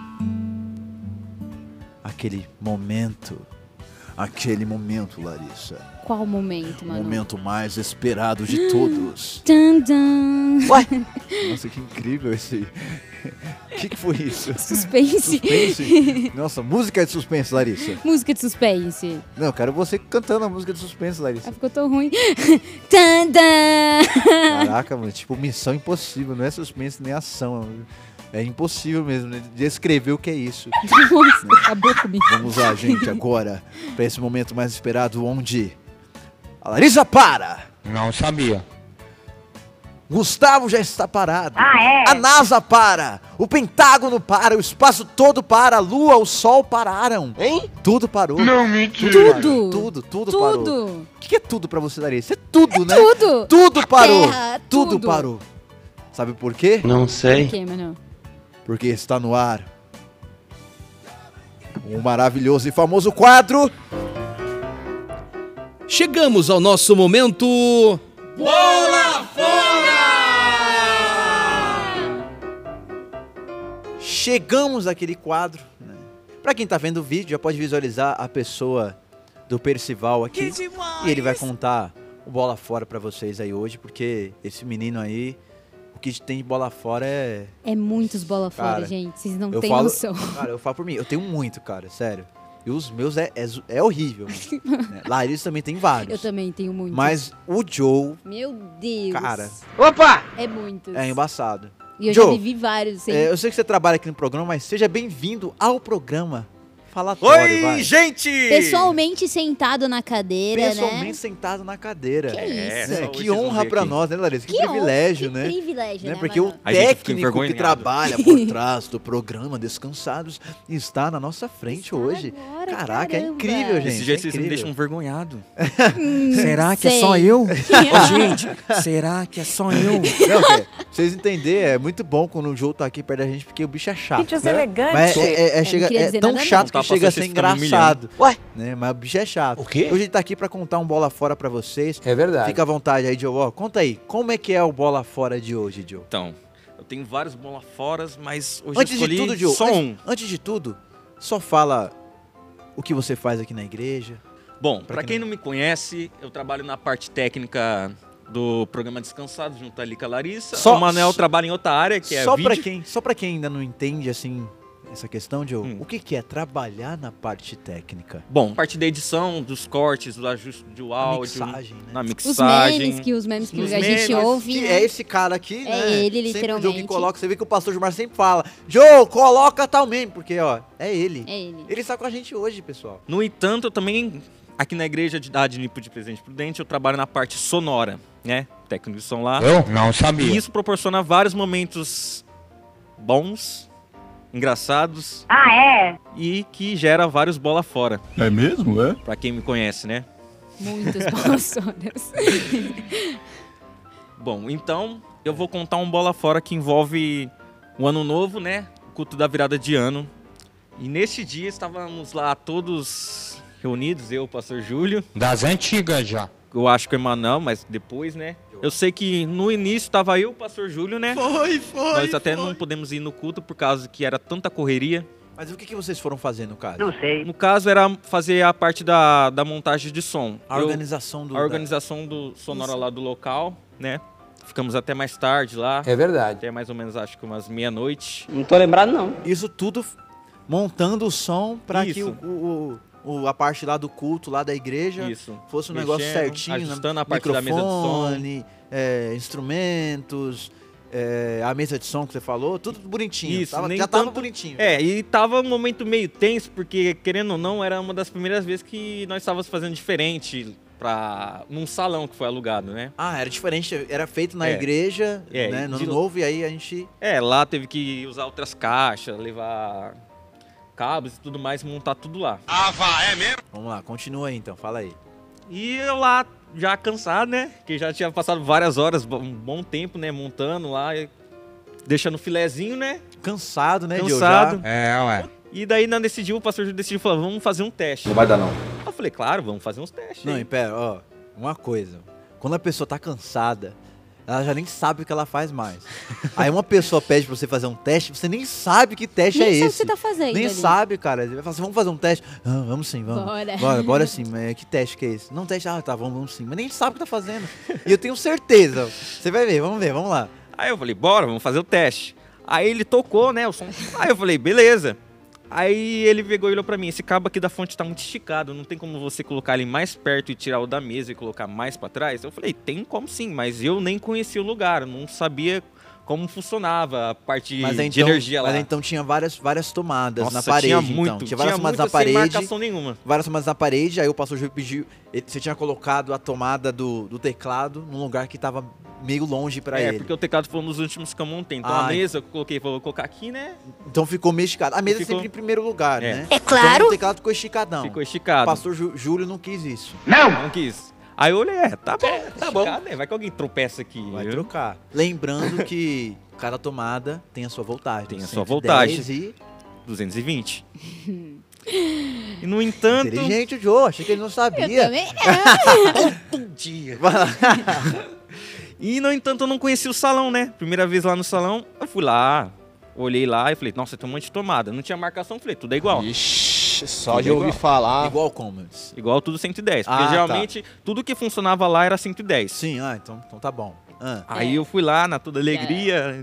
aquele momento, Larissa. Qual momento, O mano? momento mais esperado de todos. Tan, tan. Ué? Nossa, que incrível esse... O que foi isso? Suspense. Suspense? Nossa, música de suspense, Larissa. Música de suspense. Não, eu quero você cantando a música de suspense, Larissa. Ah, ficou tão ruim. Tan, tan. Caraca, mano, tipo Missão Impossível, não é suspense nem ação. É impossível mesmo, né? Descrever o que é isso. Nossa, acabou comigo. Vamos lá, gente, agora, para esse momento mais esperado, onde a Larissa para. Não sabia. Gustavo já está parado. A NASA para. O Pentágono para. O espaço todo para. A Lua, o Sol pararam. Hein? Tudo parou. Não, mentira. Tudo parou. Tudo. O que é tudo pra você, Larissa? É tudo, né? Tudo. Tudo parou. Terra, tudo tudo. parou. Sabe por quê? Não sei. Ok, mano. Porque está no ar um maravilhoso e famoso quadro. Chegamos ao nosso momento... Bola fora! Chegamos àquele quadro, né? Pra quem tá vendo o vídeo, já pode visualizar a pessoa do Percival aqui. E ele vai contar o bola fora pra vocês aí hoje, porque esse menino aí, o que tem de bola fora é... É muitos bola fora, Cara, gente. Vocês não eu têm falo, noção. Cara, eu falo por mim, eu tenho muito, cara, sério. E os meus é horrível. Né? Larissa também tem vários. Eu também tenho muitos. Mas o Joe, Meu Deus. cara, É muitos. é embaçado. E eu Joe, já vivi vários. Assim. Eu sei que você trabalha aqui no programa, mas seja bem-vindo ao programa Falatório. Vai. gente! Pessoalmente sentado na cadeira, Pessoalmente né? sentado na cadeira. Que isso? Né? Só Que hoje vocês vão honra ver pra aqui. nós, né, Larissa? Que honra, privilégio, que né? privilégio, né? Porque o mano? A gente fica técnico que envergonhado. trabalha por trás do programa Descansados está na nossa frente Está hoje. agora, Caraca, é caramba. incrível, gente. Desse jeito é vocês me incrível. deixam envergonhado. Será que sei. é só eu? Ô, gente, será que é só eu? Não, pra vocês entenderem, é muito bom quando o Joe tá aqui perto da gente, porque o bicho é chato. Bicho elegante. Mas não queria dizer tão nada, chato não. que Tá chega a passando, ser vocês ficam me engraçado. Né? Mas o bicho é chato. O quê? Hoje ele tá aqui pra contar um bola fora pra vocês. É verdade. Fica à vontade aí, Joe. Ó, conta aí, como é que é o bola fora de hoje, Joe? Então, eu tenho vários bola foras, mas hoje Antes eu escolhi de tudo, Joe, só um. antes de tudo, só fala o que você faz aqui na igreja. Bom, Pra pra quem quem não me conhece, eu trabalho na parte técnica do programa Descansados, junto ali com a Larissa. Só- O Manel trabalha em outra área, que é só vídeo. pra quem ainda não entende, assim, essa questão, Joe, Hum. o que é trabalhar na parte técnica? Bom, parte da edição, dos cortes, do ajuste do áudio, mixagem, né? na Os mixagem. memes que Os a gente memes, ouve, Que né? é esse cara aqui, É né? ele, Sempre o Joe que literalmente. coloca, você vê que o pastor Gilmar sempre fala, Joe, coloca tal meme, porque, ó, é ele. É ele. Ele está com a gente hoje, pessoal. No entanto, eu também, aqui na igreja da Adnipo de Presidente Prudente, eu trabalho na parte sonora, né? Técnico de som lá. Eu não sabia. E isso proporciona vários momentos bons, engraçados. E que gera vários bola fora. É mesmo, é? Pra quem me conhece, né? Muitos bolas foras. Bom, então eu vou contar um bola fora que envolve o ano novo, né? O culto da virada de ano. E neste dia estávamos lá todos reunidos, eu, o pastor Júlio. Das antigas já. Eu acho que o Emanuel, mas depois, né? Eu sei que no início estava eu, o pastor Júlio, né? Foi. Nós até não podemos ir no culto por causa que era tanta correria. Mas o que vocês foram fazer no caso? No caso era fazer a parte da montagem de som. A organização do... A organização do sonora lá do local, né? Ficamos até mais tarde lá. É verdade. Até mais ou menos, acho que umas meia-noite. Não tô lembrado, não. Isso tudo montando o som pra que Isso. a parte lá do culto, lá da igreja, Isso. fosse um negócio Mexendo, certinho. ajustando a parte da mesa de som. Microfone, instrumentos, a mesa de som que você falou, tudo bonitinho. Isso, Tava, nem já tava tanto- bonitinho. E tava um momento meio tenso, porque, querendo ou não, era uma das primeiras vezes que nós estávamos fazendo diferente num salão que foi alugado, né? Ah, era diferente, era feito na É. igreja, É, né, no de- ano novo, e aí a gente... Lá teve que usar outras caixas, levar cabos e tudo mais, montar tudo lá. Vamos lá, continua aí então, fala aí. E eu lá, já cansado, né? Que já tinha passado várias horas, um bom tempo, né? Montando lá, deixando o filezinho, né? Cansado, né, Cansado. Ué. E daí, o pastor Júlio decidiu, falou, vamos fazer um teste. Não vai dar, não. Eu falei, claro, vamos fazer uns testes. Não, aí. e pera, ó, uma coisa. Quando a pessoa tá cansada, ela já nem sabe o que ela faz mais. Aí uma pessoa pede pra você fazer um teste, você nem sabe que teste Nem é sabe o que esse. você tá fazendo Nem ali. sabe, cara. Ele vai falar assim, vamos fazer um teste? Ah, vamos sim, vamos. Bora. Sim. Mas que teste que é esse? Não, teste, tá, vamos sim. Mas nem sabe o que tá fazendo. E eu tenho certeza. Você vai ver, vamos lá. Aí eu falei, bora, vamos fazer o teste. Aí ele tocou, né, o som. Aí eu falei, beleza. Aí ele pegou e olhou pra mim, esse cabo aqui da fonte tá muito esticado, não tem como você colocar ele mais perto e tirar o da mesa e colocar mais pra trás? Eu falei, tem como sim, mas eu nem conhecia o lugar, não sabia como funcionava a parte de energia lá. Mas então tinha várias tomadas Nossa, na parede, tinha então. muito, Tinha várias tomadas na sem parede. marcação nenhuma. Várias tomadas na parede, aí o pastor Júlio pediu. Você tinha colocado a tomada do teclado num lugar que tava meio longe pra ele. Porque o teclado foi um dos últimos que eu montei. Então Ah, a mesa eu coloquei, vou colocar aqui, né? Então ficou meio esticado. A mesa Ficou- sempre em primeiro lugar, É. né? É claro. Então o teclado ficou esticadão. Ficou O esticado. pastor Júlio não quis isso. Não quis. Aí eu olhei, tá bom, tá bom. Né? Vai que alguém tropeça aqui. Vai viu? trocar. Lembrando que cada tomada tem a sua voltagem. Tem a sua 110 voltagem. E... 220. E no entanto... Inteligente o Joe, achei que ele não Eu sabia. também. Vai lá. E, no entanto, eu não conhecia o salão, né? Primeira vez lá no salão, eu fui lá, olhei lá e falei, nossa, tem um monte de tomada. Não tinha marcação, falei, tudo é igual. Ixi, só Tudo de ouvir igual. falar. Igual Commons. Igual tudo 110. Porque Ah, geralmente, tudo que funcionava lá era 110. Sim, então tá bom. Ah. Aí eu fui lá, na toda alegria,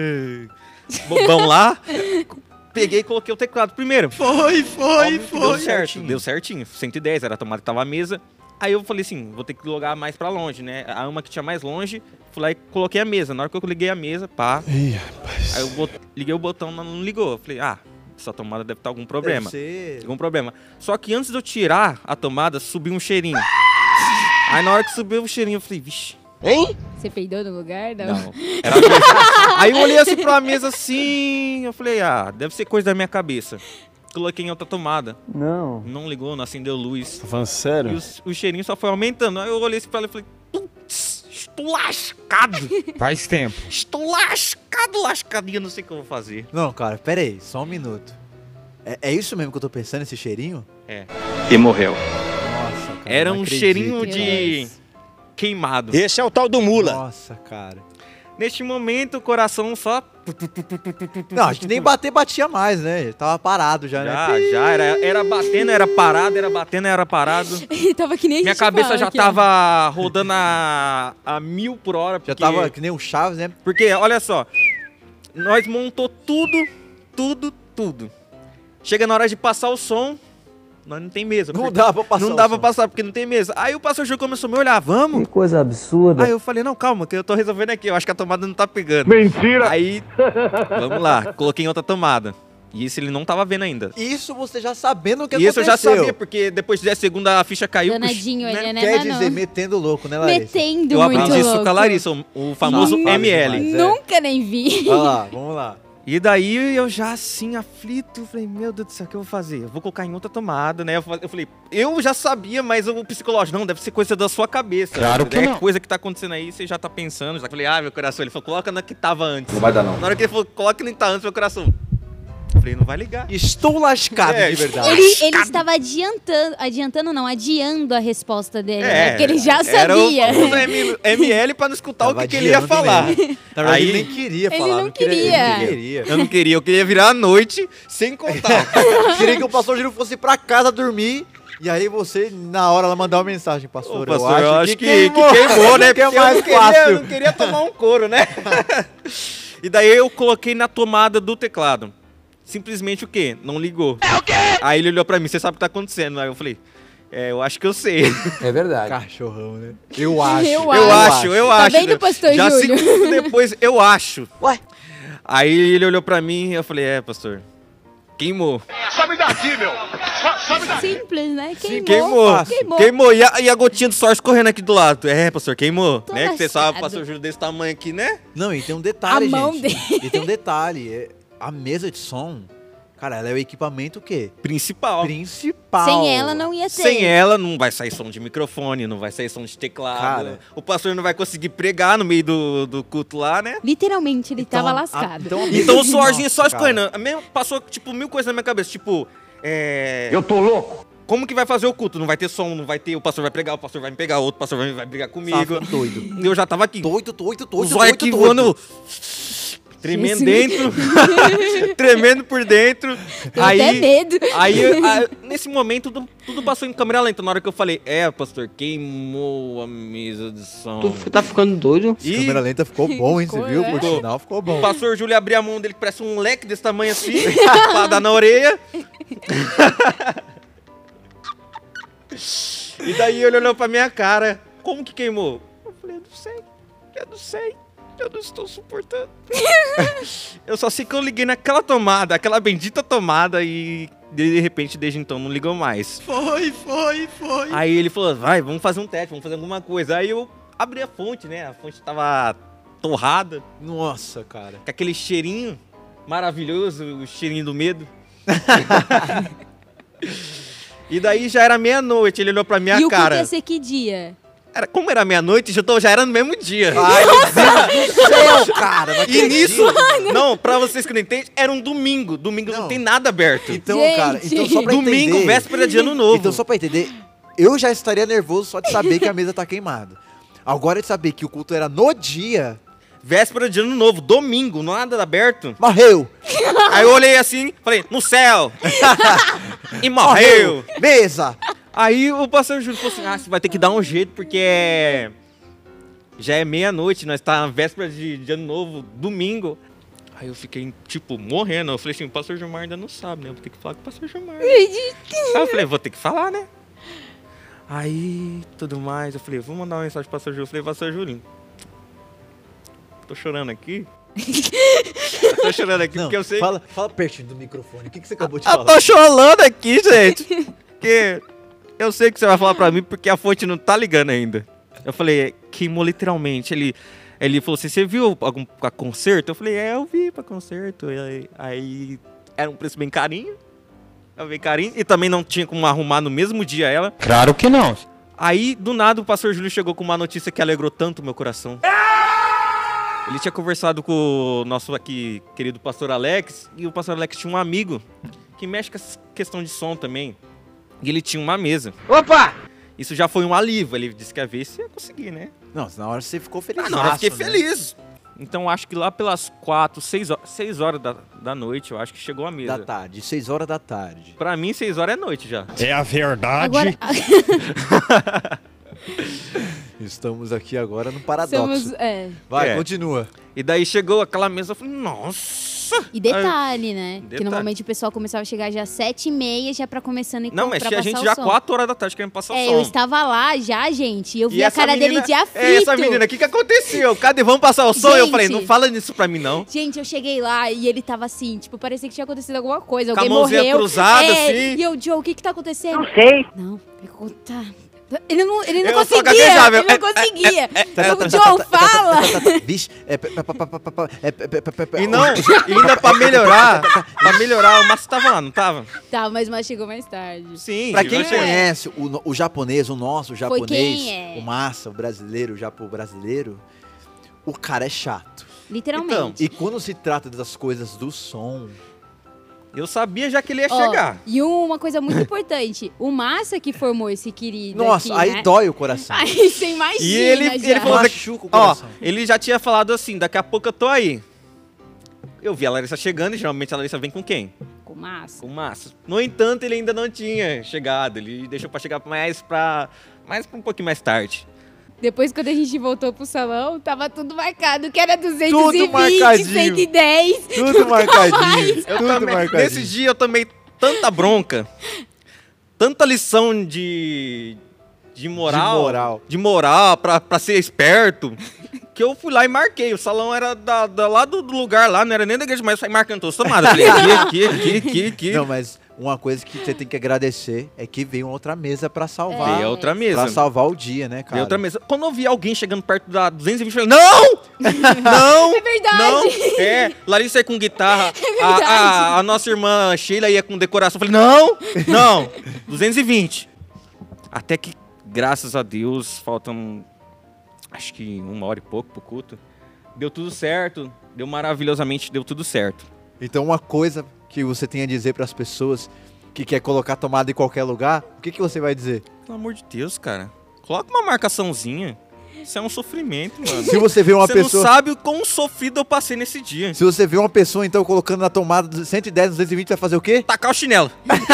bobão lá, peguei e coloquei o teclado primeiro. Foi. Deu certo, deu certinho. 110 era a tomada que tava a mesa. Aí eu falei assim, vou ter que logar mais pra longe, né? A uma que tinha mais longe, fui lá e coloquei a mesa. Na hora que eu liguei a mesa, pá. Aí eu liguei o botão, não ligou. Eu falei, essa tomada deve estar algum problema. Deve ser... Algum problema. Só que antes de eu tirar a tomada, subiu um cheirinho. Aí na hora que subiu o cheirinho, eu falei, vixe. Você peidou no lugar? Não. Não, era a mesa. Aí eu olhei assim pra mesa assim, eu falei, deve ser coisa da minha cabeça. Coloquei em outra tomada. Não ligou, não acendeu luz. Tá falando sério? E o cheirinho só foi aumentando. Aí eu olhei assim pra ela e falei, putz, estou lascado. Faz tempo. Estou lascadinho, não sei o que eu vou fazer. Não, cara, pera aí, só um minuto. É isso mesmo que eu tô pensando, esse cheirinho? E morreu. Nossa, cara. Era não um acredito. cheirinho Meu de Deus. queimado. Esse é o tal do mula. Nossa, cara. Neste momento, o coração só... Não, acho que nem batia mais, né? Tava parado já, né? Já, era batendo, era parado, era batendo, era parado. Tava que nem a Minha gente cabeça fala já aqui, ó. tava rodando a 1000 por hora. Já Porque, tava que nem o Chaves, né? Porque, olha só, nós montou tudo. Chega na hora de passar o som, nós não tem mesa. Não porque- dá pra passar. Não o dá pra som. passar, porque não tem mesa. Aí o pastor Júlio começou a me olhar, vamos? Coisa absurda. Aí eu falei, não, calma, que eu tô resolvendo aqui, eu acho que a tomada não tá pegando. Mentira! Aí, vamos lá, coloquei em outra tomada. E isso ele não tava vendo ainda. Isso você já sabendo o que E isso aconteceu. eu já sabia, porque depois de 10 segundos a ficha caiu. Danadinho né? ele, né, Quer mano? dizer, metendo louco, né, Larissa? Metendo Eu muito aprendi isso louco. com a Larissa, o famoso Não, fala ML. demais. Nunca nem vi. Olha lá, vamos lá. E daí eu já assim, aflito, falei, meu Deus do céu, o que eu vou fazer? Eu vou colocar em outra tomada, né? Eu falei, eu já sabia, mas o psicológico, não, deve ser coisa da sua cabeça. Claro que é não. coisa que tá acontecendo aí, você já tá pensando. Já falei, meu coração. Ele falou, coloca na que tava antes. Não vai dar, não. Na hora que ele falou, coloca na que tá antes, meu coração. Eu falei, não vai ligar. Estou lascado É, de verdade. Ele estava adiando a resposta dele, né? Porque ele já Era sabia. o ML pra não escutar Tava o que ele ia adiando falar. mesmo. Na verdade, Aí- ele nem queria Ele falar. não Ele queria. não queria. Eu queria virar a noite sem contar. Queria que o pastor Júlio fosse pra casa dormir. E aí você, na hora, ela mandar uma mensagem, pastor. Ô, pastor, eu acho que queimou, né? Que é Porque mais eu fácil. não queria tomar um couro, né? E daí eu coloquei na tomada do teclado. Simplesmente o quê? Não ligou. É o quê? Aí ele olhou pra mim, você sabe o que tá acontecendo. Aí eu falei, eu acho que eu sei. É verdade. Cachorrão, né? Eu acho. Eu Eu Tá acho. vendo, pastor Já Júlio? segundos depois, eu acho. Ué? Aí ele olhou pra mim e eu falei, pastor, queimou. Simples, né? Queimou. E a gotinha de suor escorrendo aqui do lado. Pastor, queimou. Tô Né? Que você sabe, lascado. pastor Júlio desse tamanho aqui, né? Não, e tem um detalhe, A mão gente. dele. E tem um detalhe. A mesa de som, cara, ela é o equipamento o quê? Principal. Principal. Sem ela não ia ter. Sem ela, não vai sair som de microfone, não vai sair som de teclado. Cara. O pastor não vai conseguir pregar no meio do culto lá, né? Literalmente, ele Então, tava lascado. Então o suorzinho só Nossa, cara. escorrendo. Passou, tipo, 1000 coisas na minha cabeça. Tipo, Eu tô louco. como que vai fazer o culto? Não vai ter som, não vai ter... O pastor vai pregar, o pastor vai me pegar, outro pastor vai brigar comigo. Tava doido. E eu já tava aqui. Doido. O zóio aqui voando... Tremendo dentro. Tremendo por dentro. Tenho até medo. Aí, nesse momento, tudo passou em câmera lenta. Na hora que eu falei, pastor, queimou a mesa de som. Tu tá ficando doido? E Câmera lenta ficou bom, hein? Você Ficou, viu? né? Por sinal, ficou bom. o pastor Júlio abriu a mão dele, que parece um leque desse tamanho assim, pra dar na orelha. E daí ele olhou pra minha cara. Como que queimou? Eu falei, eu não sei. Eu não estou suportando. Eu só sei que eu liguei naquela tomada, aquela bendita tomada, e de repente, desde então, não ligou mais. Foi. Aí ele falou, vamos fazer um teste, vamos fazer alguma coisa. Aí eu abri a fonte, né? A fonte tava torrada, Nossa, cara. com aquele cheirinho maravilhoso, o cheirinho do medo. E daí já era meia-noite, ele olhou pra minha E o culto cara. ia ser que dia? Como era meia-noite, já era no mesmo dia. Ai, meu Deus do céu, cara. Não E acredito. nisso, não, pra vocês que não entendem, era um domingo. Domingo não Não. tem nada aberto. Então, Gente. cara, então só pra Domingo, entender... véspera de ano novo. Então, só pra entender, eu já estaria nervoso só de saber que a mesa tá queimada. Agora de saber que o culto era no dia, Véspera de ano novo, domingo, nada aberto. morreu. Aí eu olhei assim, falei, no céu. E morreu. Mesa. Aí o pastor Júlio falou assim, você vai ter que dar um jeito, porque já é meia-noite, nós tá na véspera de ano novo, domingo. Aí eu fiquei, tipo, morrendo. Eu falei assim, o pastor Gilmar ainda não sabe, né? Eu vou ter que falar com o pastor Gilmar. Aí eu falei, vou ter que falar, né? Aí, tudo mais, eu falei, vou mandar uma mensagem pro pastor Júlio. Eu falei, pastor Júlio, tô chorando aqui. Tô chorando aqui Não, porque eu sei... fala pertinho do microfone. O que você acabou de Eu falar? tô chorando aqui, gente. Porque eu sei que você vai falar pra mim porque a fonte não tá ligando ainda. Eu falei, queimou literalmente. Ele falou assim, você viu algum pra concerto? Eu falei, eu vi pra concerto. E aí era um preço bem carinho. E também não tinha como arrumar no mesmo dia ela. Claro que não. Aí, do nada, o pastor Júlio chegou com uma notícia que alegrou tanto o meu coração. Ele tinha conversado com o nosso aqui querido pastor Alex, e o pastor Alex tinha um amigo que mexe com essa questão de som também. E ele tinha uma mesa. Opa! Isso já foi um alívio. Ele disse que ia ver se ia conseguir, né? Não, na hora você ficou feliz. Na hora eu fiquei feliz. Então acho que lá pelas 6 horas da noite, eu acho que chegou a mesa. Da tarde, 6 horas da tarde. Pra mim, 6 horas é noite já. É a verdade. Agora, Estamos aqui agora no paradoxo. Vai, É. continua. E daí chegou aquela mesa, eu falei, nossa! E detalhe, né? Que Detalhe. normalmente o pessoal começava a chegar já às 7h30, já pra começando a Não, mas pra tinha passar gente o já som. 4 horas da tarde querendo passar o som. Eu estava lá já, gente, e eu vi E a essa cara menina- dele de aflito. Essa menina, o que aconteceu? Cadê? Vamos passar o som? Eu Gente. falei, não fala nisso pra mim, não. Gente, eu cheguei lá e ele tava assim, tipo, parecia que tinha acontecido alguma coisa. Com a Alguém mãozinha morreu. cruzada, assim. E eu, Joe, o que tá acontecendo? Não sei. Não, tá. Ele não Eu só conseguia, gaguejava, ele não conseguia. O John fala. Vixe, E não, e ainda pra melhorar, o Massa tava lá, não tava? Tá, mas chegou mais tarde. Sim. pra quem vai chegar. conhece o japonês, o nosso japonês, quem é. o Massa, o brasileiro, o japo brasileiro, o cara é chato. Literalmente. E quando se trata das coisas do som... Eu sabia já que ele ia Ó, chegar. E uma coisa muito importante, o Massa que formou esse querido Nossa, aqui, aí né? dói o coração. Aí você imagina E ele já. falou Machuca o Ó, coração. ele já tinha falado assim, daqui a pouco eu tô aí. Eu vi a Larissa chegando e geralmente a Larissa vem com quem? Com o Massa. Com o Massa. No entanto, ele ainda não tinha chegado. Ele deixou pra chegar mais pra um pouquinho mais tarde. Depois, quando a gente voltou pro salão, tava tudo marcado, que era 220, Tudo marcadinho. 110. Tudo marcadinho, tudo Nesse marcadinho. dia eu tomei tanta bronca, tanta lição de moral pra ser esperto, que eu fui lá e marquei. O salão era lá do lugar lá, não era nem da igreja, mas eu saí marcando todas as tomadas. Falei, aqui. Não, mas uma coisa que você tem que agradecer é que veio outra mesa pra salvar. Veio outra mesa. Pra salvar o dia, né, cara? Veio outra mesa. Quando eu vi alguém chegando perto da 220, eu falei, não! Não! É verdade. Não! Larissa ia com guitarra, verdade. a nossa irmã Sheila ia com decoração. Eu falei, não! 220. Até que, graças a Deus, faltam, acho que 1 hora e pouco pro culto. Deu tudo certo, deu tudo certo. Então uma coisa que você tem a dizer pras pessoas que quer colocar tomada em qualquer lugar, o que você vai dizer? Pelo amor de Deus, cara. Coloca uma marcaçãozinha. Isso é um sofrimento, mano. Se você vê uma Você pessoa... não sabe o quão sofrido eu passei nesse dia. Se você vê uma pessoa, então, colocando na tomada de 110, 220, vai fazer o quê? Tacar o chinelo.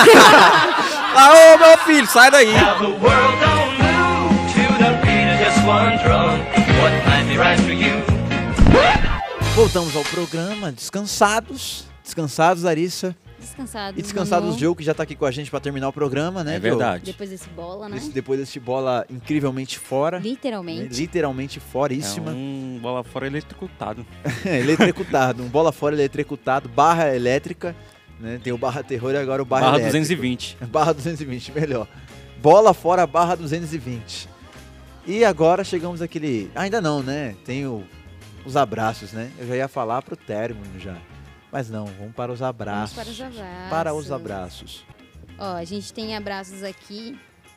Ô, meu filho, sai daí. The world don't move to the beat of just one drum. What might be right for you? Voltamos ao programa, descansados. Descansados, Larissa. Descansado. E descansados, Manu. o Diogo, que já tá aqui com a gente pra terminar o programa, né, É Diogo? verdade. Depois desse bola, né? Depois desse bola incrivelmente fora. Literalmente. Literalmente foríssima. É um bola fora eletrocutado. Eletricutado. Um bola fora eletricutado, barra elétrica. Né? Tem o barra terror e agora o barra elétrico. 220. Barra 220, melhor. Bola fora, barra 220. E agora chegamos àquele... Ainda não, né? Tem os abraços, né? Eu já ia falar pro término já. Mas não, vamos para os abraços. Vamos para os abraços. Para os abraços. Ó, a gente tem abraços aqui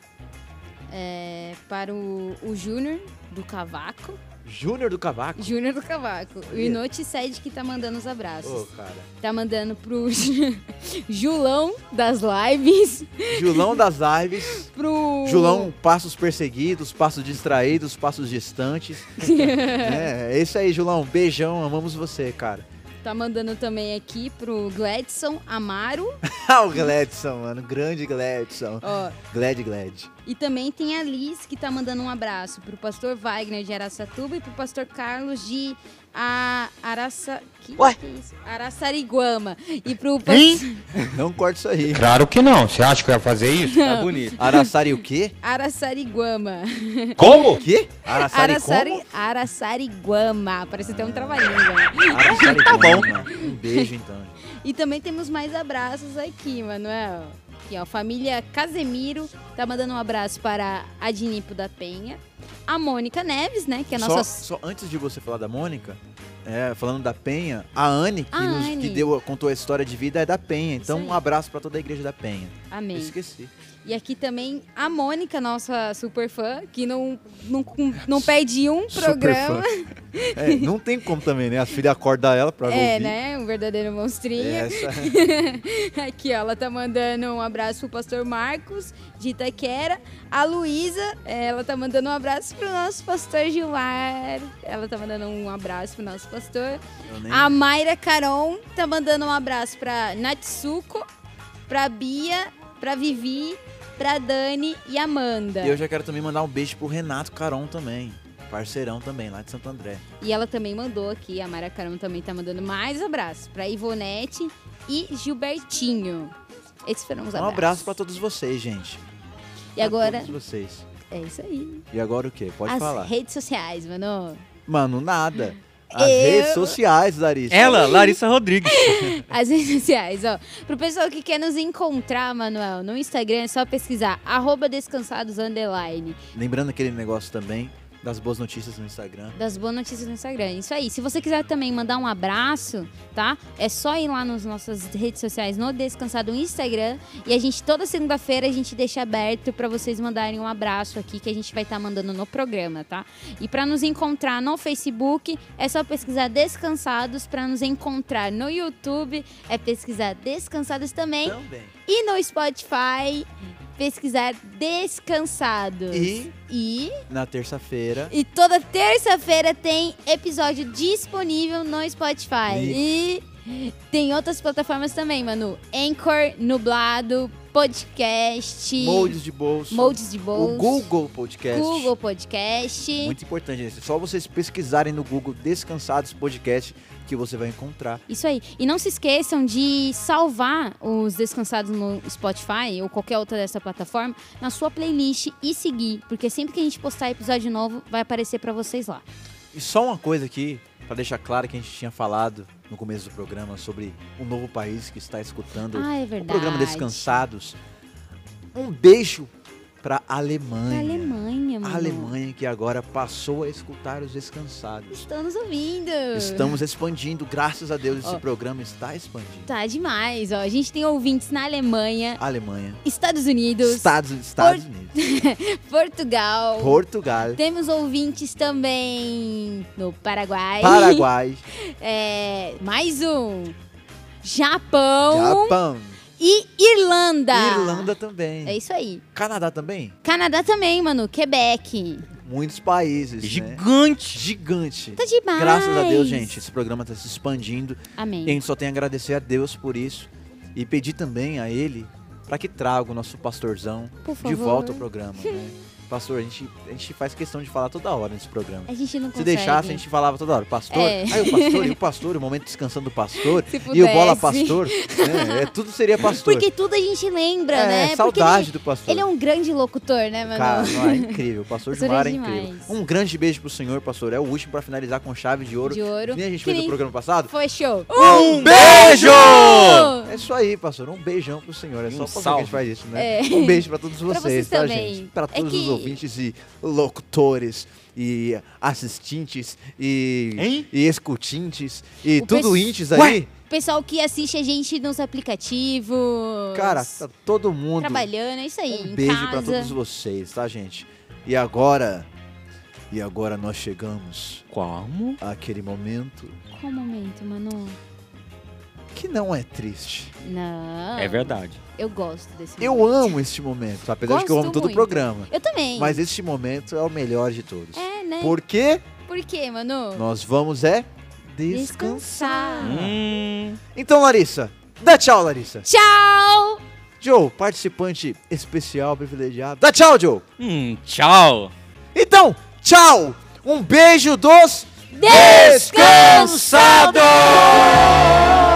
para o Júnior do Cavaco. Júnior do Cavaco. Júnior do Cavaco. O Inote Sede que tá mandando os abraços. Ô, cara. Tá mandando pro Julão das lives. Julão das lives. Pro... Julão, passos perseguidos, passos distraídos, passos distantes. É isso aí, Julão. Beijão, amamos você, cara. Tá mandando também aqui pro Gladson Amaro. O Gladson, mano. Grande Gladson. Ó, Glad. e também tem a Liz que tá mandando um abraço pro pastor Wagner de Araçatuba e pro pastor Carlos de Araçariguama. E pro Não corte isso aí. Claro que não. Você acha que eu ia fazer isso? Tá bonito. Araçari o quê? Araçariguama. Como? O quê? Araçari como? Araçariguama. Parece até um trava-língua. Araçari Tá bom. Um beijo, então. E também temos mais abraços aqui, Manuel. Aqui, ó, família Casemiro tá mandando um abraço para a Dinipo da Penha. A Mônica Neves, né, que é a nossa... Só antes de você falar da Mônica, falando da Penha, a Anne, que contou a história de vida, é da Penha. Então, um abraço pra toda a igreja da Penha. Amém. Eu esqueci. E aqui também a Mônica, nossa super fã, que não perde um programa. Não tem como também, né? As filhas acordam ela pra ouvir. Né? Um verdadeiro monstrinho. Aqui, ó, ela tá mandando um abraço pro pastor Marcos, de Itaquera. A Luísa, ela tá mandando um abraço pro nosso pastor Gilmar. Ela tá mandando um abraço pro nosso pastor. A Mayra Caron tá mandando um abraço pra Natsuko, pra Bia, pra Vivi, pra Dani e Amanda. E eu já quero também mandar um beijo pro Renato Caron também. Parceirão também, lá de Santo André. E ela também mandou aqui, a Mayra Caron também tá mandando mais abraços pra Ivonete e Gilbertinho. Esses foram os abraços. Um abraço pra todos vocês, gente. E agora... todos vocês. É isso aí. E agora o quê? Pode falar. As redes sociais, mano. Mano, nada. As redes sociais, Larissa. Ela, Larissa Rodrigues. As redes sociais, ó. Pro pessoal que quer nos encontrar, Manuel, no Instagram é só pesquisar @descansados_. Lembrando aquele negócio também das boas notícias no Instagram. Das boas notícias no Instagram. Isso aí. Se você quiser também mandar um abraço, tá? É só ir lá nas nossas redes sociais, no Descansado Instagram. E a gente, toda segunda-feira, a gente deixa aberto pra vocês mandarem um abraço aqui, que a gente vai estar mandando no programa, tá? E pra nos encontrar no Facebook, é só pesquisar Descansados. Pra nos encontrar no YouTube, é pesquisar Descansados também. E no Spotify, pesquisar Descansados. E na terça-feira. E toda terça-feira tem episódio disponível no Spotify. E tem outras plataformas também, Manu. Anchor, Nublado, Podcast. Moldes de bolso. O Google Podcast. Google Podcast. Muito importante, gente. É só vocês pesquisarem no Google Descansados Podcast que você vai encontrar. Isso aí. E não se esqueçam de salvar os Descansados no Spotify ou qualquer outra dessa plataforma na sua playlist e seguir, porque sempre que a gente postar episódio novo, vai aparecer pra vocês lá. E só uma coisa aqui, pra deixar claro que a gente tinha falado no começo do programa sobre um novo país que está escutando é o programa Descansados. Um beijo pra Alemanha. Pra Alemanha, mano. A Alemanha que agora passou a escutar os Descansados. Estão nos ouvindo. Estamos expandindo, graças a Deus esse programa está expandindo. Tá demais, ó. A gente tem ouvintes na Alemanha. Estados Unidos. Estados Unidos. Portugal. Temos ouvintes também no Paraguai. Mais um. Japão. E Irlanda. Irlanda também. É isso aí. Canadá também? Canadá também, mano. Quebec. Muitos países, Gigante. Tá demais. Graças a Deus, gente, esse programa tá se expandindo. Amém. E a gente só tem a agradecer a Deus por isso. E pedir também a Ele para que traga o nosso pastorzão de volta ao programa, né? Pastor, a gente faz questão de falar toda hora nesse programa. A gente não consegue. Se deixasse, a gente falava toda hora. Pastor, o pastor, o momento descansando do pastor. Se e o bola pastor. Tudo seria pastor. Porque tudo a gente lembra, né? Saudade do pastor. Ele é um grande locutor, né, mano? Cara, não, é incrível. O pastor Gilmar é incrível. Um grande beijo pro senhor, pastor. É o último pra finalizar com chave de ouro. Que nem a gente fez no programa passado. Foi show. Um beijo! É isso aí, pastor. Um beijão pro senhor. É só que a gente faz isso, né? Um beijo pra todos vocês, tá, gente? Pra todos os ouvintes e locutores e assistentes e escutintes e tudo intes aí. Pessoal que assiste a gente nos aplicativos. Cara, tá todo mundo trabalhando, é isso aí. Um beijo pra todos vocês, tá, gente? E agora nós chegamos. Como? Aquele momento. Qual momento, Manu? Que não é triste. Não. É verdade. Eu gosto desse momento. Eu amo este momento, apesar de que eu amo todo o programa. Eu também. Mas este momento é o melhor de todos. É, né? Por quê? Por quê, Manu? Nós vamos descansar. Então, Larissa, dá tchau, Larissa. Tchau! Joe, participante especial, privilegiado. Dá tchau, Joe. Tchau. Então, tchau. Um beijo dos Descansados!